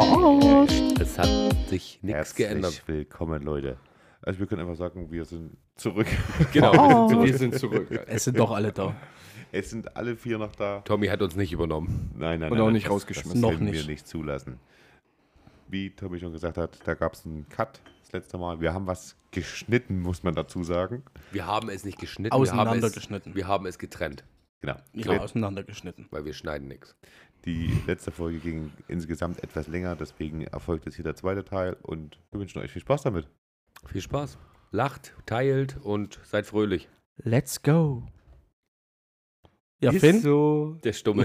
verarscht. Es hat sich nichts geändert. Herzlich willkommen, Leute. Also wir können einfach sagen, wir sind zurück. Genau, Verarscht. sind zurück. Es sind doch alle da. Es sind alle 4 noch da. Tommy hat uns nicht übernommen. Nein, Und auch nicht das rausgeschmissen. Noch können wir nicht. nicht zulassen. Wie Tommy schon gesagt hat, da gab es einen Cut das letzte Mal. Wir haben was geschnitten, muss man dazu sagen. Wir haben es nicht geschnitten. Auseinandergeschnitten. Wir haben es getrennt, Genau. Ja, auseinandergeschnitten. weil wir schneiden nichts. Die letzte Folge ging insgesamt etwas länger, deswegen erfolgt jetzt hier der zweite Teil und wir wünschen euch viel Spaß damit. Viel Spaß. Lacht, teilt und seid fröhlich. Let's go. Ja, Ist Finn? so. Der Stumme.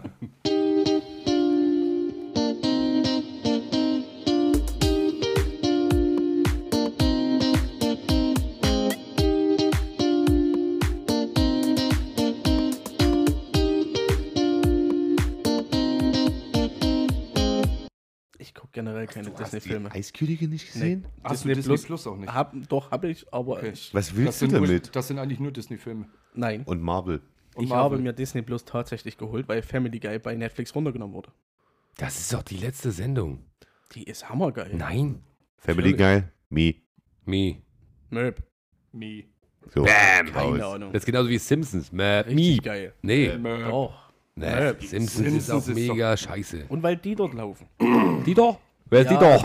Ich gucke generell keine Disney-Filme. Eiskönigin nicht gesehen? Hast du Disney Disney Plus? Plus auch nicht? Hab ich, aber Okay. Was willst Das du sind nur- damit? Das sind eigentlich nur Disney-Filme. nein. Und Marvel. Und Ich Marvel. habe mir Disney Plus tatsächlich geholt, weil Family Guy bei Netflix runtergenommen wurde. Das ist doch die letzte Sendung. Die ist hammergeil. Nein. Family Guy, me. Me. Möb. Me. So, Keine raus. Ahnung. Das ist genauso wie Simpsons. Me. Richtig geil. Nee. Doch. Nee. Simpsons ist auch Simpsons ist mega scheiße. Und weil die dort laufen. Die doch? Wer ist Ja. die doch?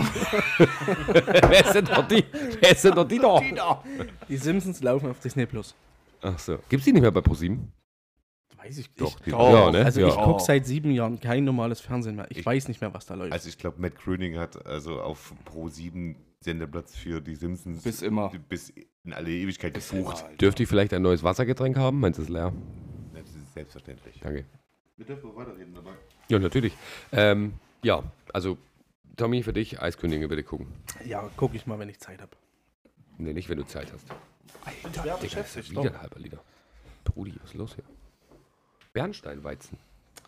Wer sind doch die? Wer sind doch die doch? Die Simpsons laufen auf Disney Plus. Ach so. Gibt's die nicht mehr bei ProSieben? Weiß ich Doch, nicht. die- Ja, ne? Also Ja. ich gucke seit 7 Jahren kein normales Fernsehen mehr. Ich weiß nicht mehr, was da läuft. Also ich glaube, Matt Groening hat also auf Pro7 Sendeplatz für die Simpsons Bis immer. bis in alle Ewigkeit gebucht. Dürfte ich vielleicht ein neues Wassergetränk haben? Meinst du es leer? Das ist selbstverständlich. Danke. Wir dürfen weiterreden dabei. Ja, natürlich. Ja, also Tommy, für dich Eiskönigin bitte gucken. Ja, gucke ich mal, wenn ich Zeit habe. Nee, nicht, wenn du Zeit hast. Ja, Digga, das ist wieder ein halber Liter. Brudi, was ist los hier? Bernsteinweizen.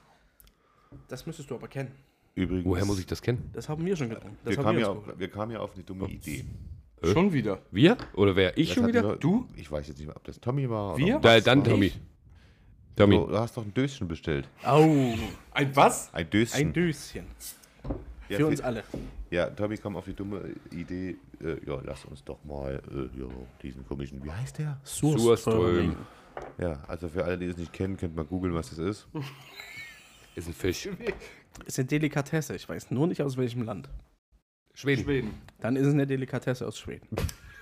Das müsstest du aber kennen. Übrigens, Woher muss ich das kennen? Das haben wir schon getrunken. Das wir haben kamen, wir ja uns auf, geholt. wir kamen ja auf eine dumme Idee. Schon wieder. Wir? Oder wer? Ich Das schon hatten wieder? wir- Du? Ich weiß jetzt nicht mehr, ob das Tommy war. Wir? Oder Dann Tommy. Tommy. du hast doch ein Döschen bestellt. Au, Ein was? Ein Döschen. ein Döschen. Ja, Für uns alle. Ja, Tommy kam auf die dumme Idee, ja, lass uns doch mal diesen komischen, wie heißt der? Surström. Ja, also für alle, die es nicht kennen, könnt mal googeln, was das ist. Ist ein Fisch. Ist eine Delikatesse. Ich weiß nur nicht aus welchem Land. Schweden. Schweden. Dann ist es eine Delikatesse aus Schweden.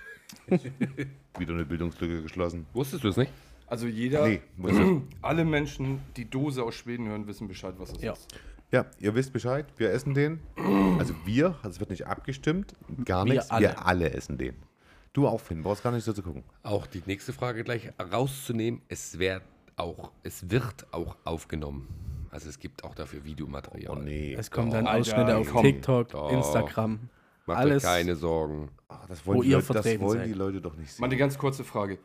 Wieder eine Bildungslücke geschlossen. Wusstest du es nicht? Also jeder, Nee, muss ich. alle Menschen, die Dose aus Schweden hören, wissen Bescheid, was es Ja. ist. Ja, ihr wisst Bescheid, wir essen den. Also wir, also es wird nicht abgestimmt, gar Wir nichts. alle. Wir alle essen den. Du auch, Finn, brauchst gar nicht so zu gucken. Auch die nächste Frage gleich rauszunehmen. Es wird auch aufgenommen. Also es gibt auch dafür Videomaterial. Oh nee. Es kommen dann Alter, Ausschnitte auf komm. TikTok, Doch. Instagram. Macht alles. euch keine Sorgen. Ach, das Wo wollen, die, ihr Leute, das vertreten wollen seid. die Leute doch nicht sehen. Mal eine ganz kurze Frage.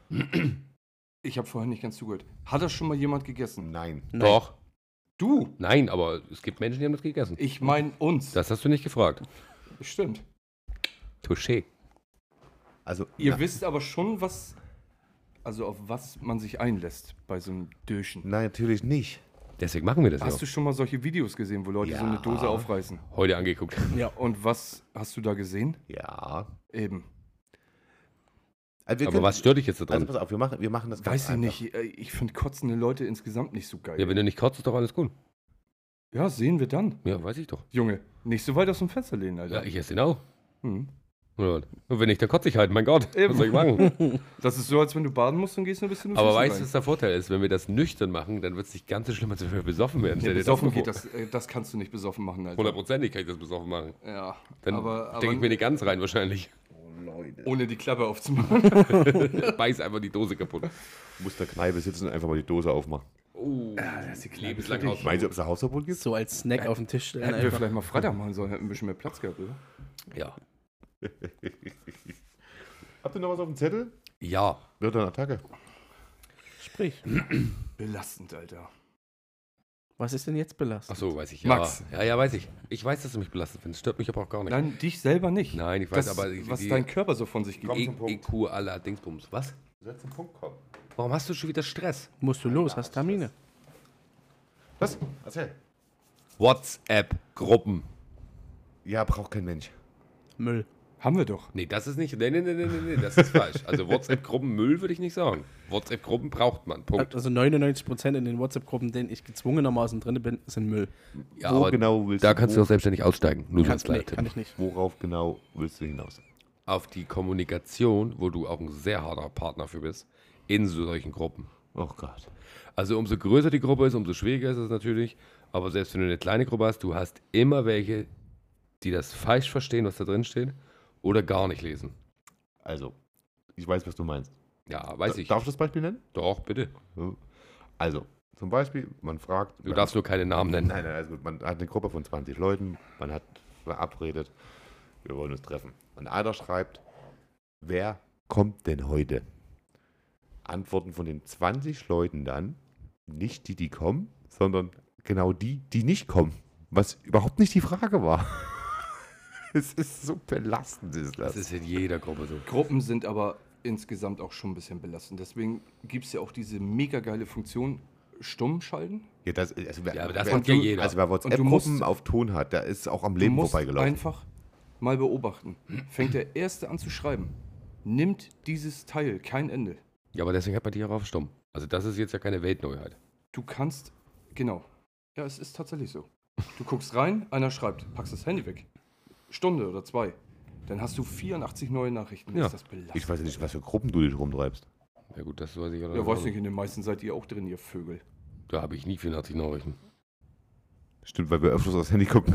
Ich habe vorhin nicht ganz zugehört. Hat das schon mal jemand gegessen? Nein. Nein. Doch. Du? Nein, aber es gibt Menschen, die haben das gegessen. Ich meine uns. Das hast du nicht gefragt. Stimmt. Touché. Also, Ihr na, wisst aber schon, was, also auf was man sich einlässt bei so einem Döschen. nein, natürlich nicht. Deswegen machen wir das Hast ja. du schon mal solche Videos gesehen, wo Leute so eine Ja. Dose aufreißen? Heute angeguckt. Ja. Und was hast du da gesehen? Ja. Eben. Also wir Aber können- was stört dich jetzt Also daran? pass auf, wir machen das ganz Weiß ich einfach. nicht. Ich finde kotzende Leute insgesamt nicht so geil. Ja, wenn du nicht kotzt, ist doch alles gut. Ja, sehen wir dann. Ja, weiß ich doch. Junge, nicht so weit aus dem Fenster lehnen, Alter. Ja, ich esse ihn auch. Hm. Oder was? Und wenn nicht, dann kotze ich halt. Mein Gott, Eben. was soll ich machen? Das ist so, als wenn du baden musst und gehst ein bisschen Aber weißt du, was der Vorteil ist? Wenn wir das nüchtern machen, dann wird es nicht ganz so schlimm, als wenn wir besoffen werden. Ja, Stell dir besoffen mal geht vor. das kannst du nicht besoffen machen, Alter. Hundertprozentig kann ich das besoffen machen. Ja, Dann aber stecke ich mir nicht ganz rein wahrscheinlich. ohne die Klappe aufzumachen. Beiß einfach die Dose kaputt. Du musst in der Kneipe sitzen und einfach mal die Dose aufmachen. Oh, das ist die Kneipe lebenslang für dich. Hausverbot. Meinst du, ob es ein Hausverbot gibt? So als Snack auf den Tisch stellen. Hätten wir einfach. vielleicht mal Freitag machen sollen, hätten wir ein bisschen mehr Platz gehabt, oder? Ja. Habt ihr noch was auf dem Zettel? Ja. Wird eine Attacke. Sprich. Belastend, Alter. Was ist denn jetzt belastet? Ach so, weiß ich. Ja. Max. Ja, weiß ich. Ich weiß, dass du mich belastet findest. Stört mich aber auch gar nicht. Nein, dich selber nicht. Nein, ich weiß das, aber... was dein Körper so von sich gibt. Komm zum Punkt. EQ aller Dingsbums. Was? Du sollst zum Punkt kommen. Warum hast du schon wieder Stress? Musst du los, hast Termine. Was? Erzähl. WhatsApp-Gruppen. Ja, braucht kein Mensch. Müll. Haben wir doch. Nee, das ist nicht. Nee, das ist falsch. Also WhatsApp-Gruppen Müll würde ich nicht sagen. WhatsApp-Gruppen braucht man. Punkt. Also 99% in den WhatsApp-Gruppen, in denen ich gezwungenermaßen drin bin, sind Müll. Ja, Wo aber genau willst da du- kannst du auch selbstständig aussteigen. Nur Kann, ganz nee, leid. kann ich nicht. Worauf genau willst du hinaus? Auf die Kommunikation, wo du auch ein sehr harter Partner für bist, in solchen Gruppen. Oh Gott. Also umso größer die Gruppe ist, umso schwieriger ist es natürlich. Aber selbst wenn du eine kleine Gruppe hast, du hast immer welche, die das falsch verstehen, was da drin steht, oder gar nicht lesen. Also, ich weiß, was du meinst. Ja, weiß ich. Darf ich das Beispiel nennen? Doch, bitte. Also, zum Beispiel, man fragt. Du darfst nur keine Namen nennen. Nein, also man hat eine Gruppe von 20 Leuten, man hat verabredet, wir wollen uns treffen. Und einer schreibt, wer kommt denn heute? Antworten von den 20 Leuten dann, nicht die, die kommen, sondern genau die, die nicht kommen. Was überhaupt nicht die Frage war. Es ist so belastend, ist das. Das ist in jeder Gruppe so. Gruppen sind aber insgesamt auch schon ein bisschen belastend. Deswegen gibt es ja auch diese mega geile Funktion, stumm schalten. Ja, das, also, Ja, aber das wer, hat ja jeder. Also wer Und du WhatsApp-Gruppen musst- auf Ton hat, der ist auch am Du Leben musst vorbeigelaufen. einfach mal beobachten. Fängt der Erste an zu schreiben, nimmt dieses Teil kein Ende. Ja, aber deswegen hat man die auch auf stumm. Also das ist jetzt ja keine Weltneuheit. Du kannst, genau. Ja, es ist tatsächlich so. Du guckst rein, einer schreibt, packst das Handy weg. Stunde oder 2. Dann hast du 84 neue Nachrichten. Ja. Ist das belastend? Ich weiß ja nicht, was für Gruppen du dich rumtreibst. Ja gut, das weiß ich auch Ja, weiß nicht, in den meisten seid ihr auch drin, ihr Vögel. Da habe ich nie 84 Nachrichten. Stimmt, weil wir öfters aufs Handy gucken.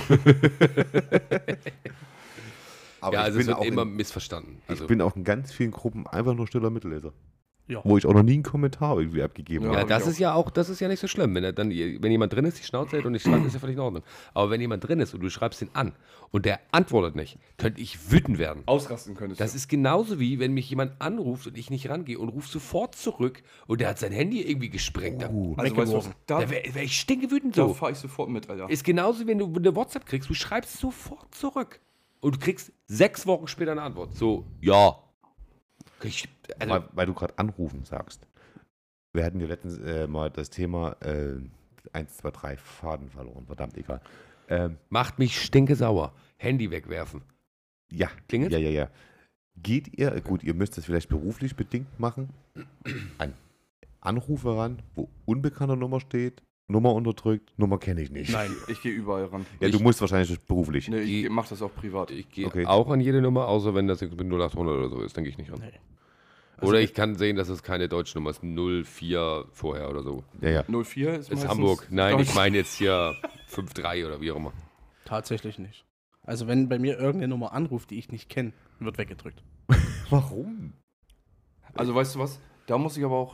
Aber Ja, ich also bin es wird auch immer in, missverstanden. Also, ich bin auch in ganz vielen Gruppen einfach nur stiller Mittelleser. Ja. Wo ich auch noch nie einen Kommentar irgendwie abgegeben Ja, ja, habe. das hab ich ist ja auch, das ist ja nicht so schlimm. Wenn jemand drin ist, die Schnauze hält und nicht schreibt, ist ja völlig in Ordnung. Aber wenn jemand drin ist und du schreibst ihn an und der antwortet nicht, könnte ich wütend werden. Ausrasten könntest Das du. ist genauso wie, wenn mich jemand anruft und ich nicht rangehe und ruft sofort zurück und der hat sein Handy irgendwie gesprengt. Also weißt du was, weggeworfen. da, Da wär ich stinkewütend da so. fahre ich sofort mit, Alter. Ist genauso, wenn du eine WhatsApp kriegst, du schreibst sofort zurück und du kriegst 6 Wochen später eine Antwort. So, ja. Also, weil du gerade anrufen sagst. Wir hatten ja letztens mal das Thema 1, 2, 3 Faden verloren. Verdammt, egal. macht mich stinkesauer. Handy wegwerfen. Ja. Klingelt's? Ja. Geht ihr, gut, ihr müsst das vielleicht beruflich bedingt machen, an Anrufe ran, wo unbekannte Nummer steht, Nummer unterdrückt, Nummer kenne ich nicht. Nein. Ich gehe überall ran. Ja, du musst wahrscheinlich beruflich. Nee, Die- ich mache das auch privat. Ich gehe Okay. auch an jede Nummer, außer wenn das jetzt mit 0800 oder so ist, dann gehe ich nicht ran. Nee. Oder ich kann sehen, dass es keine deutsche Nummer ist, 04 vorher oder so. Ja. 04 ist Ist meistens Hamburg. Nein, Deutsch. ich meine jetzt hier 53 oder wie auch immer. Tatsächlich nicht. Also wenn bei mir irgendeine Nummer anruft, die ich nicht kenne, wird weggedrückt. Warum? Also weißt du was? Da muss ich aber auch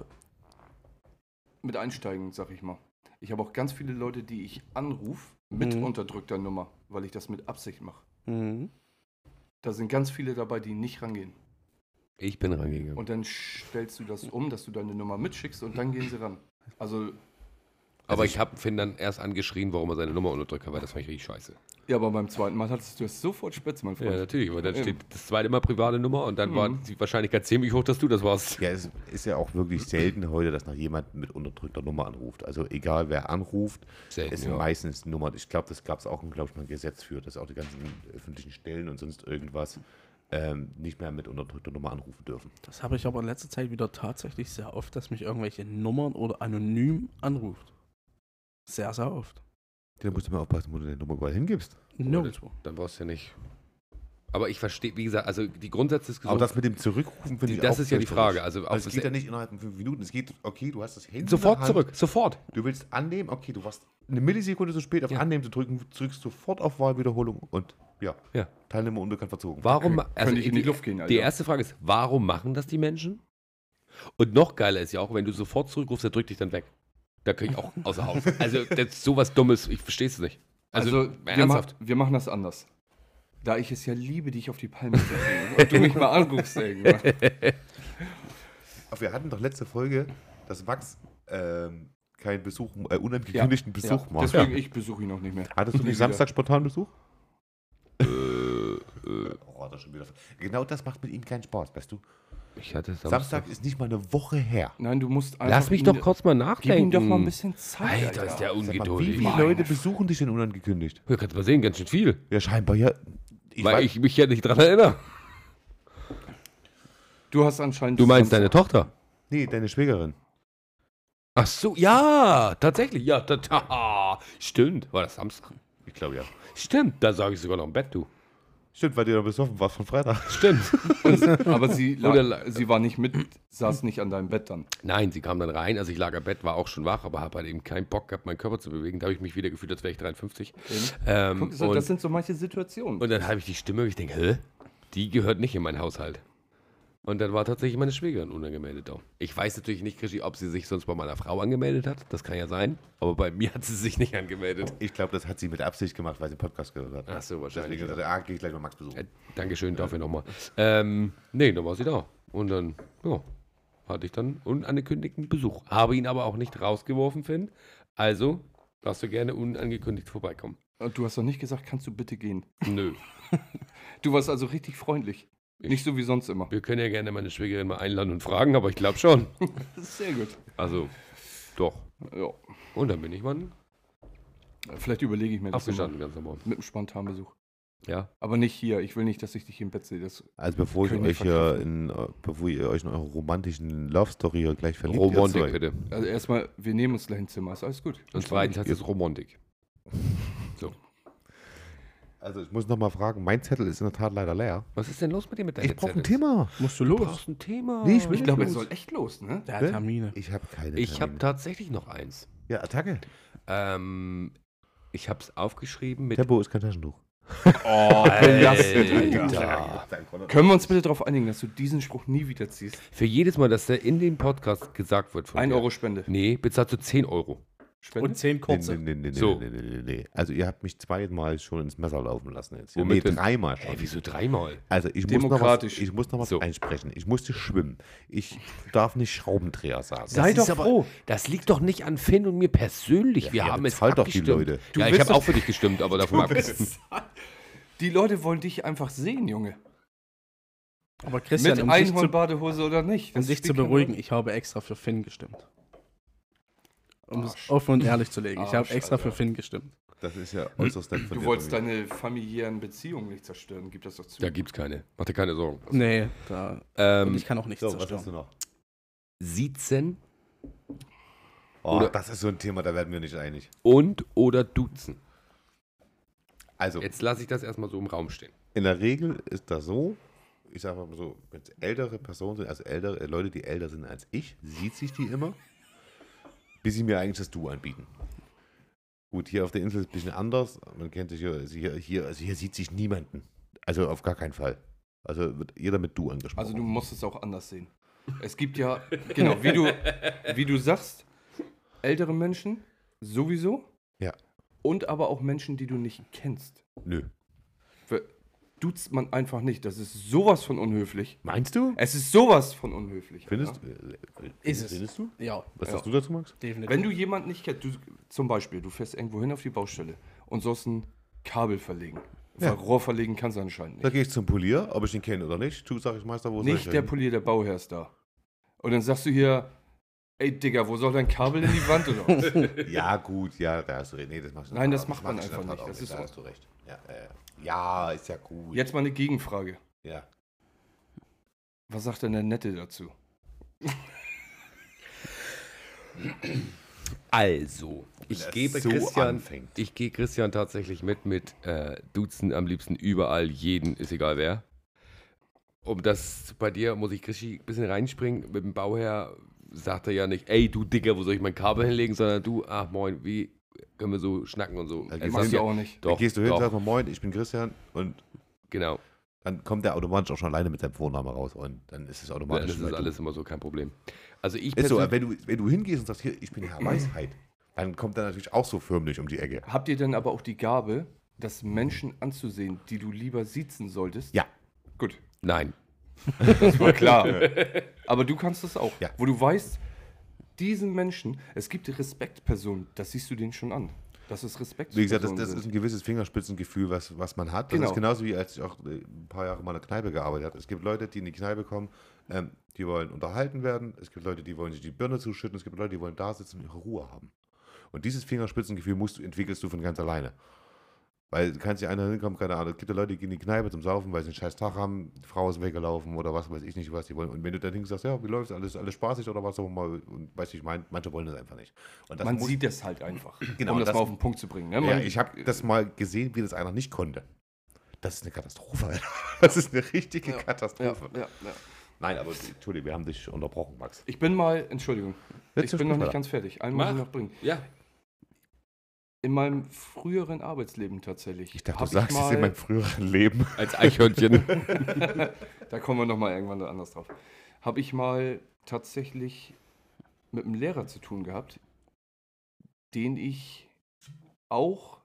mit einsteigen, sag ich mal. Ich habe auch ganz viele Leute, die ich anrufe mit Mhm. unterdrückter Nummer, weil ich das mit Absicht mache. Mhm. Da sind ganz viele dabei, die nicht rangehen. Ich bin rangegangen. Und dann stellst du das um, dass du deine Nummer mitschickst und dann gehen sie ran. Also, Aber ich habe Finn dann erst angeschrien, warum er seine Nummer unterdrückt hat, weil das fand ich richtig scheiße. ja, aber beim zweiten Mal hattest du es sofort spitz, mein Ja, Freund. natürlich, weil dann Eben. steht das zweite Mal private Nummer und dann war die Wahrscheinlichkeit ziemlich hoch, dass du das warst. Ja, es ist ja auch wirklich selten heute, dass noch jemand mit unterdrückter Nummer anruft. Also egal wer anruft, Selten, es sind ja. meistens Nummern. Ich glaube, das gab es auch, glaube ich, mal ein Gesetz für, dass auch die ganzen öffentlichen Stellen und sonst irgendwas nicht mehr mit unterdrückter Nummer anrufen dürfen. Das habe ich aber in letzter Zeit wieder tatsächlich sehr oft, dass mich irgendwelche Nummern oder anonym anruft. Sehr, sehr oft. Da musst du mal aufpassen, wo du deine Nummer überall hingibst. Nirgendwo. Dann brauchst du ja nicht. Aber ich verstehe, wie gesagt, also die Grundsatzdiskussion, Aber das mit dem Zurückrufen finde ich das auch ist ja die fürchterlich. Frage. Also, Also es geht ja nicht innerhalb von 5 Minuten. Es geht, okay, du hast das Handy in der sofort Hand, zurück, sofort. Du willst annehmen, okay, du warst eine Millisekunde zu spät auf Ja. Annehmen zu drücken, drückst sofort auf Wahlwiederholung und ja, Ja. Teilnehmer unbekannt verzogen. Warum? Könnte ich in die Luft gehen, Alter. Die erste Frage ist, warum machen das die Menschen? Und noch geiler ist ja auch, wenn du sofort zurückrufst, der drückt dich dann weg. Da kriege ich auch außer Haus. Also das ist sowas Dummes, ich verstehe es nicht. Also, ernsthaft. wir machen das anders. Da ich es ja liebe, dich auf die Palme zu bringen und du mich mal anrufst irgendwann. Aber wir hatten doch letzte Folge, dass Max keinen Besuch, unangekündigten Besuch macht. Deswegen, ich besuche ihn noch nicht mehr. Hattest du Nie nicht wieder. Samstag spontan Besuch? Oh, das schon wieder. Genau das macht mit ihm keinen Spaß, weißt du? Ich hatte Samstag ist nicht mal eine Woche her. Nein, du musst einfach. Lass mich doch kurz mal nachdenken. Gib ihm doch mal ein bisschen Zeit. Alter, ist der Sag mal, ungeduldig. wie viele Leute besuchen dich denn unangekündigt? Ja, kannst du mal sehen, ganz schön viel. Ja, scheinbar ja. Weil ich mich ja nicht dran erinnere. Du hast anscheinend. Du meinst deine Tochter? Nee, deine Schwägerin. Ach so, ja, tatsächlich. Ja, stimmt. War das Samstag? Ich glaube ja. Stimmt, da sage ich sogar noch im Bett, du. Stimmt, weil du noch besoffen warst von Freitag. Stimmt. Aber sie war nicht mit, saß nicht an deinem Bett dann. Nein, sie kam dann rein. Also ich lag am Bett, war auch schon wach, aber habe halt eben keinen Bock gehabt, meinen Körper zu bewegen. Da habe ich mich wieder gefühlt, als wäre ich 53. Guck, das sind so manche Situationen. Und dann habe ich die Stimme, ich denke, hä? Die gehört nicht in meinen Haushalt. Und dann war tatsächlich meine Schwägerin unangemeldet da. Ich weiß natürlich nicht, Krischi, ob sie sich sonst bei meiner Frau angemeldet hat. Das kann ja sein. Aber bei mir hat sie sich nicht angemeldet. Ich glaube, das hat sie mit Absicht gemacht, weil sie einen Podcast gehört hat. Ach so, wahrscheinlich. Deswegen gehe ich gleich mal Max besuchen. Dankeschön dafür nochmal. Nee, dann war sie da. Und dann, ja, hatte ich dann unangekündigten Besuch. Habe ihn aber auch nicht rausgeworfen, Finn. Also, darfst du gerne unangekündigt vorbeikommen. Du hast doch nicht gesagt, kannst du bitte gehen. Nö. Du warst also richtig freundlich. Nicht so wie sonst immer. Wir können ja gerne meine Schwägerin mal einladen und fragen, aber ich glaube schon. Das ist sehr gut. Also, doch. Ja. Und dann bin ich mal Vielleicht überlege ich mir das aufgestanden, ganz normal. mit einem Spontanbesuch. Ja. Aber nicht hier. Ich will nicht, dass ich dich im Bett sehe. Das Also bevor Können ihr wir euch in eure romantischen Love Story hier gleich verliebt, Romantik, ihr zwei. bitte. also erstmal, wir nehmen uns gleich ein Zimmer. Ist alles gut. Und zweitens heißt es Romantik. So. Also ich muss nochmal fragen, mein Zettel ist in der Tat leider leer. Was ist denn los mit dir mit deinem Ich brauche ein Thema. Musst du Du los? brauchst ein Thema. Nee, ich will Ich glaube, es los. soll echt los, ne? Der hat Termine. Ich habe keine Ich habe Termine. tatsächlich noch eins. Ja, Attacke. Ich habe es aufgeschrieben mit... Tempo ist kein Taschentuch. Oh, Alter. Können wir uns bitte darauf einigen, dass du diesen Spruch nie wieder ziehst? Für jedes Mal, dass der in dem Podcast gesagt wird von 1 dir. Euro Spende. Nee, bezahlst du 10 Euro. Spende? Und 10 kurze. So. Nee. Also ihr habt mich zweimal schon ins Messer laufen lassen jetzt. Womit denn? Dreimal schon. Ey, wieso dreimal? Also ich Demokratisch. muss noch was So. einsprechen. Ich musste schwimmen. Ich darf nicht Schraubendreher sagen. Sei Das doch ist aber- froh. Das liegt doch nicht an Finn und mir persönlich. Wir ihr haben es bezahlt doch die abgestimmt. Leute. Ja, ich willst habe doch- auch für dich gestimmt, aber davon abgestimmt. Die Leute wollen dich einfach sehen, Junge. Aber Christian, Mit um dich, zu, Einhornbadehose oder nicht. um Das dich spielt zu keine beruhigen, Rolle. ich habe extra für Finn gestimmt. Um es Arsch. offen und ehrlich zu legen. Ich habe Arsch, extra Alter. für Finn gestimmt. Das ist ja äußerst nett von Du dir, wolltest Tommy. deine familiären Beziehungen nicht zerstören. Gib das doch zu. Da gibt's keine. Mach dir keine Sorgen. Nee, da. Und Ähm, ich kann auch nichts So, was hast zerstören. du noch? Siezen Oh, Oder- das ist so ein Thema, da werden wir nicht einig. und oder duzen. Also, Jetzt lasse ich das erstmal so im Raum stehen. in der Regel ist das so, ich sage mal so, wenn es ältere Personen sind, also ältere Leute, die älter sind als ich, sieht sich die immer, bis sie mir eigentlich das Du anbieten. Gut, hier auf der Insel ist es ein bisschen anders. Man kennt sich hier sieht sich niemanden. Also auf gar keinen Fall. Also wird jeder mit Du angesprochen. Also du musst es auch anders sehen. Es gibt ja, genau, wie du sagst, ältere Menschen sowieso. Ja. Und aber auch Menschen, die du nicht kennst. Nö. Duzt man einfach nicht. Das ist sowas von unhöflich. Meinst du? Es ist sowas von unhöflich. Findest, Alter. Ist es. findest du? Ja, Was Ja. sagst du dazu, Max? definitiv. Wenn du jemanden nicht kennst, zum Beispiel, du fährst irgendwo hin auf die Baustelle und sollst ein Kabel verlegen. Ja. Rohr verlegen kannst du anscheinend Da nicht. gehe ich zum Polier, ob ich den kenne oder nicht. Du, sag ich Meister, wo soll ich Nicht der hin? Polier, der Bauherr ist da. Und dann sagst du hier, ey Digga, wo soll dein Kabel in die Wand oder was? Ja, gut, ja, da hast du recht. Nee, das machst du Nein, nicht. das macht man mach ich in einfach der Tat nicht. auch Das ist da so. hast du recht. Ja, ist ja gut. Jetzt mal eine Gegenfrage. Ja. Was sagt denn der Nette dazu? Also, Wenn ich er gebe so Christian, anfängt. ich gehe Christian tatsächlich mit Duzen am liebsten überall, jeden, ist egal wer. Um das bei dir muss ich Christi ein bisschen reinspringen. Mit dem Bauherr sagt er ja nicht, ey du Dicker, wo soll ich mein Kabel hinlegen, sondern du, ach moin, wie können wir so schnacken und so. Also Er machst sagt Machst du ja, auch nicht. Dann doch, gehst du hin, doch, sagst mal Moin, ich bin Christian und genau. dann kommt der automatisch auch schon alleine mit seinem Vornamen raus und dann ist es Dann automatisch. ist weil es du- alles immer so kein Problem. Also ich Ist so, persönlich- wenn du hingehst und sagst, hier, ich bin Herr Weisheit, dann kommt er natürlich auch so förmlich um die Ecke. Habt ihr denn aber auch die Gabe, das Menschen anzusehen, die du lieber siezen solltest? Ja. Gut, Nein. das war klar. Aber du kannst das auch. Ja. Wo du weißt, diesen Menschen, es gibt Respektpersonen, das siehst du denen schon an. Das ist Respekt. Wie gesagt, das ist ein gewisses Fingerspitzengefühl, was man hat. Das Genau. ist genauso wie als ich auch ein paar Jahre mal in der Kneipe gearbeitet habe. Es gibt Leute, die in die Kneipe kommen, die wollen unterhalten werden. Es gibt Leute, die wollen sich die Birne zuschütten. Es gibt Leute, die wollen da sitzen und ihre Ruhe haben. Und dieses Fingerspitzengefühl entwickelst du von ganz alleine. Weil du kannst ja einer hinkommen, keine Ahnung, es gibt ja Leute, die gehen in die Kneipe zum Saufen, weil sie einen scheiß Tag haben, die Frau ist weggelaufen oder was weiß ich nicht, was die wollen. Und wenn du dann hinsagst, ja, wie läuft's, alles spaßig oder was auch immer, und weißt du, ich meine, manche wollen das einfach nicht. Und das Man sieht das halt einfach, Genau, um das das- mal auf den Punkt zu bringen. Ne? Ja, ich habe das mal gesehen, wie das einer nicht konnte. Das ist eine Katastrophe, Alter. Das ist eine richtige Ja, Katastrophe. ja. Nein, aber Entschuldigung, wir haben dich unterbrochen, Max. Ich bin mal, Entschuldigung, Jetzt ich bin noch sprich nicht weiter. ganz fertig. Einen muss ich Mach. noch bringen. Ja. In meinem früheren Arbeitsleben tatsächlich. Ich dachte, hab du sagst es in meinem früheren Leben. Als Eichhörnchen. Da kommen wir nochmal irgendwann anders drauf. Habe ich mal tatsächlich mit einem Lehrer zu tun gehabt, den ich auch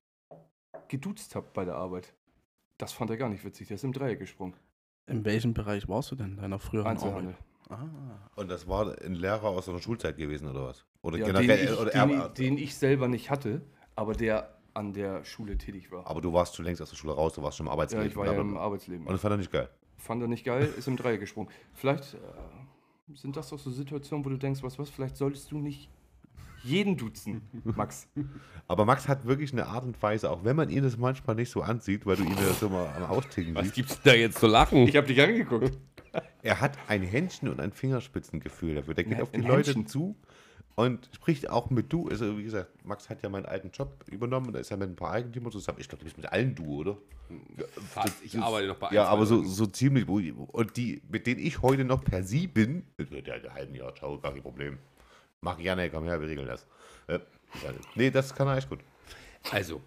geduzt habe bei der Arbeit. Das fand er gar nicht witzig. Der ist im Dreieck gesprungen. In welchem Bereich warst du denn in deiner früheren Einzelhandel. Arbeit? Und das war ein Lehrer aus einer Schulzeit gewesen, oder was? Oder Ja, generell, oder den ich selber nicht hatte, aber der an der Schule tätig war. aber du warst schon längst aus der Schule raus, du warst schon im Ja, Arbeitsleben. ich war ja im Arbeitsleben. Und das fand er nicht geil. Fand er nicht geil, ist im Dreieck gesprungen. Vielleicht sind das doch so Situationen, wo du denkst, was, vielleicht solltest du nicht jeden duzen, Max. Aber Max hat wirklich eine Art und Weise, auch wenn man ihn das manchmal nicht so ansieht, weil du ihn ja so mal am Austicken Was siehst. gibt's da jetzt zu lachen? Ich habe dich angeguckt. Er hat ein Händchen und ein Fingerspitzengefühl dafür. Der geht Ja, auf die ein Leute Händchen. zu und spricht auch mit du. Also wie gesagt, Max hat ja meinen alten Job übernommen und da ist er mit ein paar Eigentümern zusammen. Ich glaube, du bist mit allen du, oder? Fast, ich arbeite noch bei Ja, ein, aber zwei so ziemlich. Und die, mit denen ich heute noch per Sie bin, der halben Jahr, ciao, gar kein Problem. Mach gerne, komm her, wir regeln das. Nee, das kann er echt gut. Also,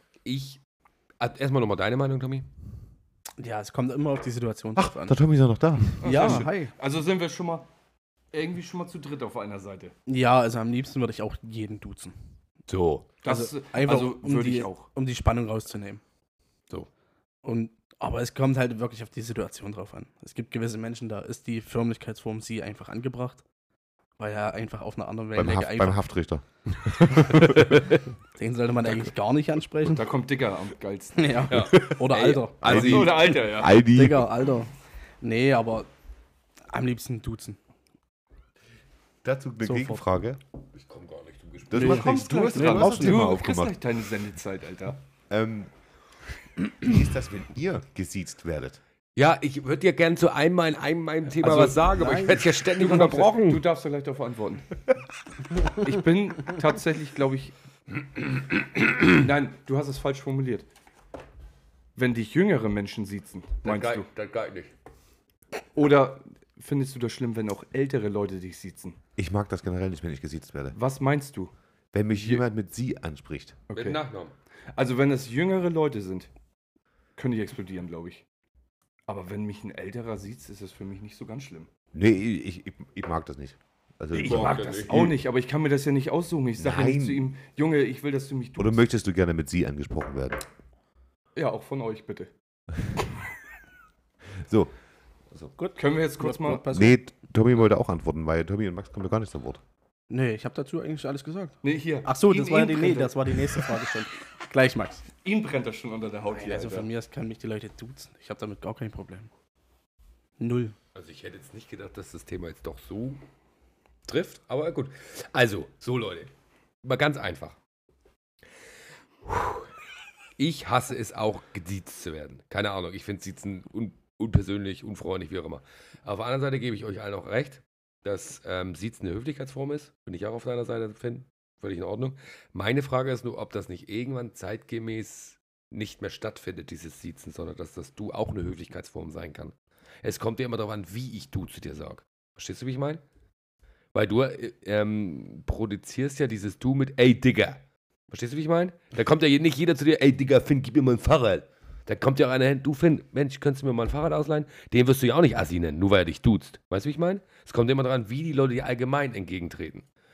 erstmal nochmal deine Meinung, Tommy. Ja, es kommt immer auf die Situation drauf an. Der Tommy ist ja noch da. Ja, sehr schön. hi. Also sind wir schon mal irgendwie schon mal zu dritt auf einer Seite. Ja, also am liebsten würde ich auch jeden duzen. So. Das Einfach also würde ich auch. um die Spannung rauszunehmen. So. Aber es kommt halt wirklich auf die Situation drauf an. Es gibt gewisse Menschen, da ist die Förmlichkeitsform sie einfach angebracht, weil er einfach auf einer anderen Wellenlänge Beim Haftrichter. den sollte man eigentlich gar nicht ansprechen. Da kommt Dicker am geilsten. Ja. Ja. Oder Ey, Alter. Also, Oder Alter, ja. Aldi. Digga, Alter. Nee, aber am liebsten duzen. Dazu eine Sofort. Gegenfrage. ich komme gar nicht zum Gespräch. Das Nee. macht nichts. Du hast Nee, dran was auch schon mal Du kriegst aufgemacht. gleich deine Sendezeit, Alter. Wie ist das, wenn ihr gesiezt werdet? Ja, ich würde dir gern zu einmal in einem Thema Also, was sagen, aber ich werde ja ständig Du unterbrochen. darfst ja gleich darauf antworten. Ich bin tatsächlich, glaube ich. Nein, du hast es falsch formuliert. Wenn dich jüngere Menschen siezen, meinst du? Das geht nicht. Oder findest du das schlimm, wenn auch ältere Leute dich siezen? Ich mag das generell nicht, wenn ich gesiezt werde. Was meinst du? Wenn mich jemand mit Sie anspricht. Mit Okay. Nachnamen. Also wenn es jüngere Leute sind, können die explodieren, glaube ich. Aber wenn mich ein älterer sieht, ist es für mich nicht so ganz schlimm. Nee, ich mag das nicht. Also, Ich Boah, mag dann das nicht. auch nicht, aber ich kann mir das ja nicht aussuchen. Ich sage ja nicht Nein. zu ihm, Junge, ich will, dass du mich oder tust. möchtest du gerne mit Sie angesprochen werden? Ja, auch von euch, bitte. So. Können wir jetzt kurz mal... Nee, Tommy wollte auch antworten, weil Tommy und Max kommen ja gar nicht zu Wort. Nee, ich habe dazu eigentlich alles gesagt. Nee, hier. Ach so, das war ja brennt das war die nächste Frage schon. Gleich, Max. Ihn brennt das schon unter der Haut hier, Also Alter. von mir aus können mich die Leute duzen. Ich habe damit gar kein Problem. Null. Also ich hätte jetzt nicht gedacht, dass das Thema jetzt doch so trifft, aber gut. Also, so Leute, mal ganz einfach. Ich hasse es auch, gesiezt zu werden. Keine Ahnung, ich finde Siezen unpersönlich, unfreundlich, wie auch immer. Auf der anderen Seite gebe ich euch allen auch recht, dass Siezen eine Höflichkeitsform ist. Bin ich auch auf deiner Seite, Finn. Völlig in Ordnung. Meine Frage ist nur, ob das nicht irgendwann zeitgemäß nicht mehr stattfindet, dieses Siezen, sondern dass das Du auch eine Höflichkeitsform sein kann. Es kommt ja immer darauf an, wie ich Du zu dir sage. Verstehst du, wie ich meine? Weil du produzierst ja dieses Du mit ey, Digga. Verstehst du, wie ich meine? Da kommt ja nicht jeder zu dir, ey, Digga, Finn, gib mir mal ein Fahrrad. Da kommt ja auch einer hin, du Finn, Mensch, könntest du mir mal ein Fahrrad ausleihen? Den wirst du ja auch nicht Assi nennen, nur weil er dich duzt. Weißt du, wie ich meine? Es kommt immer daran, wie die Leute dir allgemein entgegentreten.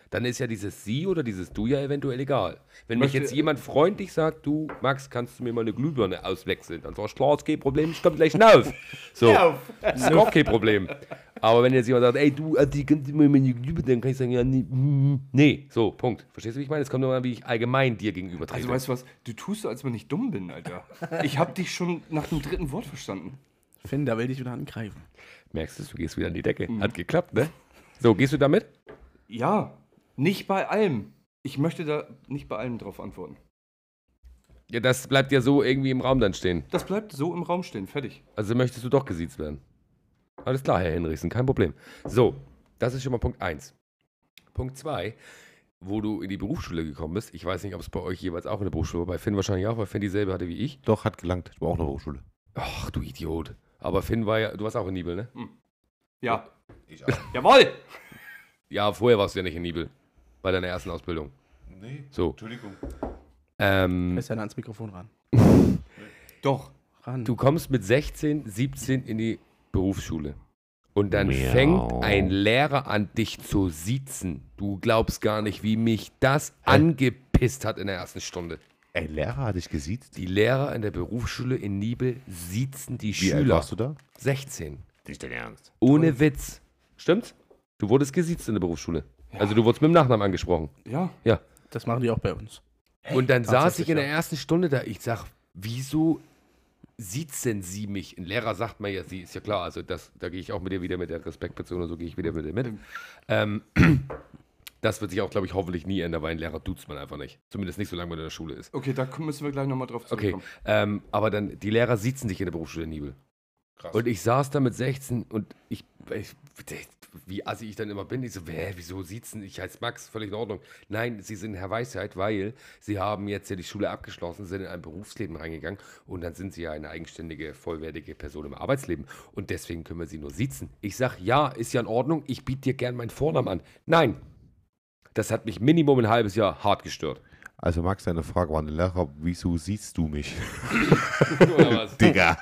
dann ist ja dieses Sie oder dieses Du ja eventuell egal. Wenn mich Möchte- jetzt jemand freundlich sagt, du, Max, kannst du mir mal eine Glühbirne auswechseln? Dann sag ich, klar, ist kein Problem, ich komme gleich hinauf. So, das ist auch kein Problem. Aber wenn jetzt jemand sagt, ey, du, die kannst du mir meine Glühbirne, dann kann ich sagen, ja, nee, so, Punkt. Verstehst du, wie ich meine? Es kommt nur an, wie ich allgemein dir gegenüber trete. Also weißt du was, du tust so, als wenn ich dumm bin, Alter. Ich hab dich schon nach dem 3. Wort verstanden. Finn, da will dich wieder angreifen. Merkst du, du gehst wieder an die Decke. Hat geklappt, ne? So, gehst du damit? Ja, nicht bei allem. Ich möchte da nicht bei allem drauf antworten. Ja, das bleibt ja so irgendwie im Raum dann stehen. Das bleibt so im Raum stehen, fertig. Also möchtest du doch gesiezt werden. Alles klar, Herr Henrichsen, kein Problem. So, das ist schon mal Punkt 1. Punkt 2, wo du in die Berufsschule gekommen bist. Ich weiß nicht, ob es bei euch jeweils auch in der Berufsschule war. Bei Finn wahrscheinlich auch, weil Finn dieselbe hatte wie ich. Doch, hat gelangt. Ich war auch in der Hochschule. Ach, du Idiot. Aber Finn war ja, du warst auch in Nibel, ne? Ja. Ich auch. Jawohl! Ja, vorher warst du ja nicht in Nibel. Bei deiner ersten Ausbildung. Nee, So. Entschuldigung. Ist ja ans Mikrofon ran. Doch. Ran. Du kommst mit 16, 17 in die Berufsschule. Und dann Miau. fängt ein Lehrer an, dich zu siezen. Du glaubst gar nicht, wie mich das angepisst hat in der ersten Stunde. Ein Lehrer hat dich gesiezt? Die Lehrer in der Berufsschule in Nibel siezen die Wie alt Schüler. warst du da? 16. Nicht dein Ernst. Ohne Witz. Stimmt's? Du wurdest gesiezt in der Berufsschule. Also du wurdest mit dem Nachnamen angesprochen. Ja. Ja. Das machen die auch bei uns. Und dann saß tatsächlich, ich in der ja. ersten Stunde da. Ich sag, wieso siezen Sie mich? Ein Lehrer sagt mir ja, sie ist ja klar. Also da gehe ich auch mit dir wieder mit der Respektbeziehung oder so gehe ich wieder mit dir mit. Das wird sich auch, glaube ich, hoffentlich nie ändern, weil ein Lehrer duzt man einfach nicht. Zumindest nicht, solange man in der Schule ist. Okay, da müssen wir gleich nochmal drauf Okay, zurückkommen. aber dann, die Lehrer siezen sich in der Berufsschule in Nibel. Krass. Und ich saß da mit 16 und wie assi ich dann immer bin, ich so, wieso siezen? Ich heiße Max, völlig in Ordnung. Nein, Sie sind Herr Weisheit, weil Sie haben jetzt ja die Schule abgeschlossen, sind in ein Berufsleben reingegangen und dann sind Sie ja eine eigenständige, vollwertige Person im Arbeitsleben und deswegen können wir Sie nur siezen. Ich sag, ja, ist ja in Ordnung, ich biete dir gern meinen Vornamen an. Nein, das hat mich Minimum ein halbes Jahr hart gestört. Also Max, deine Frage war an den Lehrer, wieso siehst du mich? Oder was? Digga.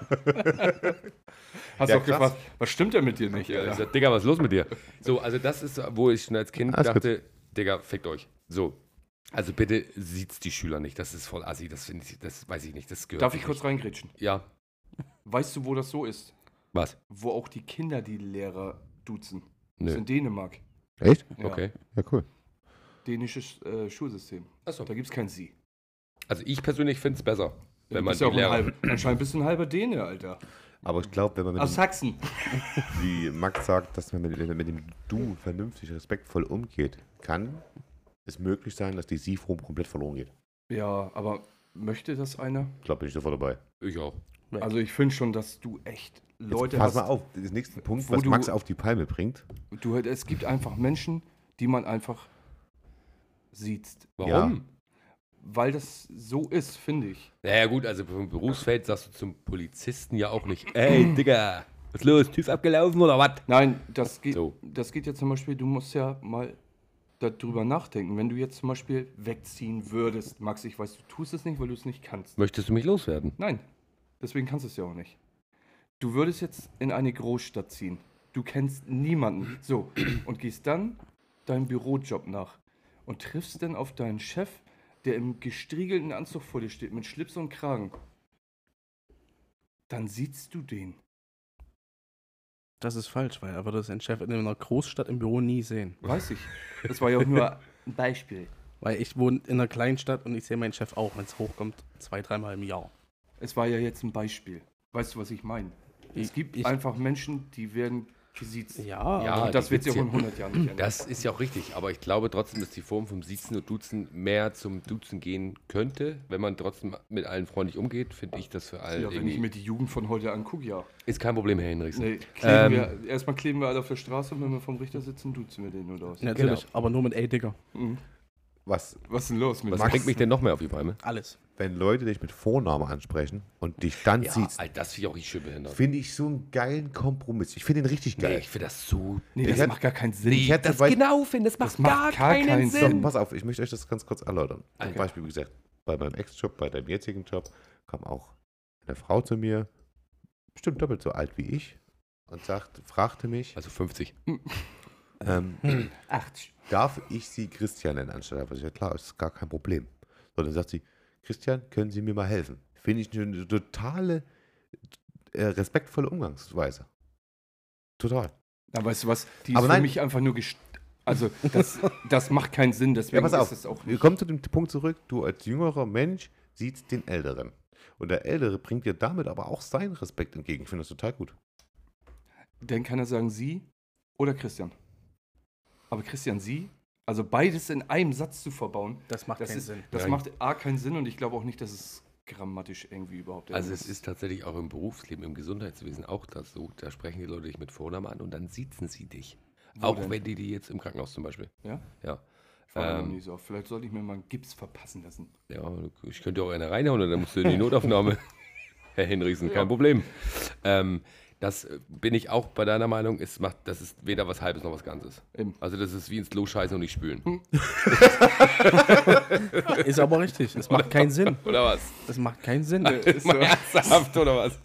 Hast Ja, du auch krass. gefragt, was stimmt denn mit dir nicht? Ja, ich Alter? sag, Digga, was ist los mit dir? So, also das ist, wo ich schon als Kind Alles dachte, Digga, fickt euch. So. Also bitte sieht's die Schüler nicht. Das ist voll assi. Das finde ich, das weiß ich nicht. Das gehört Darf sich ich kurz nicht. reingrätschen? Ja. Weißt du, wo das so ist? Was? Wo auch die Kinder die Lehrer duzen. Das Nö. ist in Dänemark. Echt? Ja. Okay. Ja, cool. Dänisches Schulsystem. Achso. Da gibt es kein Sie. Also ich persönlich finde es besser, wenn man bist ja die auch Lehrer... anscheinend bist du ein halber Däne, Alter. Aber ich glaube, wenn man mit Aus dem, Sachsen. wie Max sagt, dass man mit dem Du vernünftig, respektvoll umgeht, kann es möglich sein, dass die Sie-Form komplett verloren geht. Ja, aber möchte das einer? Ich glaube, bin ich sofort dabei. Ich auch. Also ich finde schon, dass du echt Leute Pass hast. mal auf, das nächste Punkt, wo was du- Max auf die Palme bringt. Es gibt einfach Menschen, die man einfach sieht. Warum? Weil das so ist, finde ich. Naja gut, also vom Berufsfeld sagst du zum Polizisten ja auch nicht, ey Digga, was ist los, TÜV abgelaufen oder was? Nein, das geht, So. das geht ja zum Beispiel, du musst ja mal darüber nachdenken. Wenn du jetzt zum Beispiel wegziehen würdest, Max, ich weiß, du tust es nicht, weil du es nicht kannst. Möchtest du mich loswerden? Nein, deswegen kannst du es ja auch nicht. Du würdest jetzt in eine Großstadt ziehen. Du kennst niemanden. So, und gehst dann deinem Bürojob nach und triffst dann auf deinen Chef, der im gestriegelten Anzug vor dir steht, mit Schlips und Kragen. Dann siehst du den. Das ist falsch, weil er würde seinen Chef in einer Großstadt im Büro nie sehen. Weiß ich. Das war ja auch nur ein Beispiel. Weil ich wohne in einer Kleinstadt und ich sehe meinen Chef auch, wenn es hochkommt, 2-3 Mal im Jahr. Es war ja jetzt ein Beispiel. Weißt du, was ich meine? Es gibt Ich- einfach Menschen, die werden gesiezt. Ja, Ja, Und das die wird sich auch gibt's in 100 Jahren nicht ändern. Das ist ja auch richtig, aber ich glaube trotzdem, dass die Form vom Siezen und Duzen mehr zum Duzen gehen könnte. Wenn man trotzdem mit allen freundlich umgeht, finde ich das für alle Ja, wenn ich irgendwie... mir die Jugend von heute angucke, ja. Ist kein Problem, Herr Henrichsen. Nee, erstmal kleben wir alle auf der Straße und wenn wir vom Richter sitzen, duzen wir den oder was? natürlich, Genau. aber nur mit ey, Digga. Mhm. Was, Was ist denn los mit Was Max- bringt mich denn noch mehr auf die Palme? Alles. wenn Leute dich mit Vornamen ansprechen und dich dann Ja, siehst, Alter, das finde ich auch richtig schön behindert. finde ich so einen geilen Kompromiss. Ich finde den richtig Nee, geil. ich finde das so... Nee, Ich das hätte- macht gar keinen Sinn. Ich hätte Das bei- genau finde, das macht macht gar keinen Doch, Sinn. pass auf, ich möchte euch das ganz kurz erläutern. Zum Okay. Beispiel, wie gesagt, bei meinem Ex-Job, bei deinem jetzigen Job, kam auch eine Frau zu mir, bestimmt doppelt so alt wie ich, und fragte mich, Also 50. Darf ich Sie Christian nennen anstelle? Also ja klar, ist gar kein Problem. So, dann sagt sie, Christian, können Sie mir mal helfen? Finde ich eine totale, respektvolle Umgangsweise. Total. Na, weißt du was? Die Aber ist für nein. mich einfach nur also das macht keinen Sinn, Ja, deswegen pass auf, ist es auch wir nicht. kommen zu dem Punkt zurück, du als jüngerer Mensch siehst den Älteren. Und der Ältere bringt dir damit aber auch seinen Respekt entgegen. Ich finde das total gut. Dann kann er sagen Sie oder Christian. Aber Christian, Sie, also beides in einem Satz zu verbauen, Das macht keinen Sinn. das Nein. macht A keinen Sinn und ich glaube auch nicht, dass es grammatisch irgendwie überhaupt Also irgendwas- es ist tatsächlich auch im Berufsleben, im Gesundheitswesen auch das so. Da sprechen die Leute dich mit Vornamen an und dann siezen sie dich. Wo Auch denn? wenn die jetzt im Krankenhaus zum Beispiel. Ja? Ja. Ich war da noch nie so oft. Vielleicht sollte ich mir mal einen Gips verpassen lassen. Ja, ich könnte auch eine reinhauen und dann musst du in die Notaufnahme. Herr Hinrichsen, kein Problem. Das bin ich auch bei deiner Meinung. Das ist weder was Halbes noch was Ganzes. Eben. Also das ist wie ins Klo scheißen und nicht spülen. Ist aber richtig. Es macht keinen Sinn. Oder was? Das macht keinen Sinn. Ist so. Mal ernsthaft, oder was?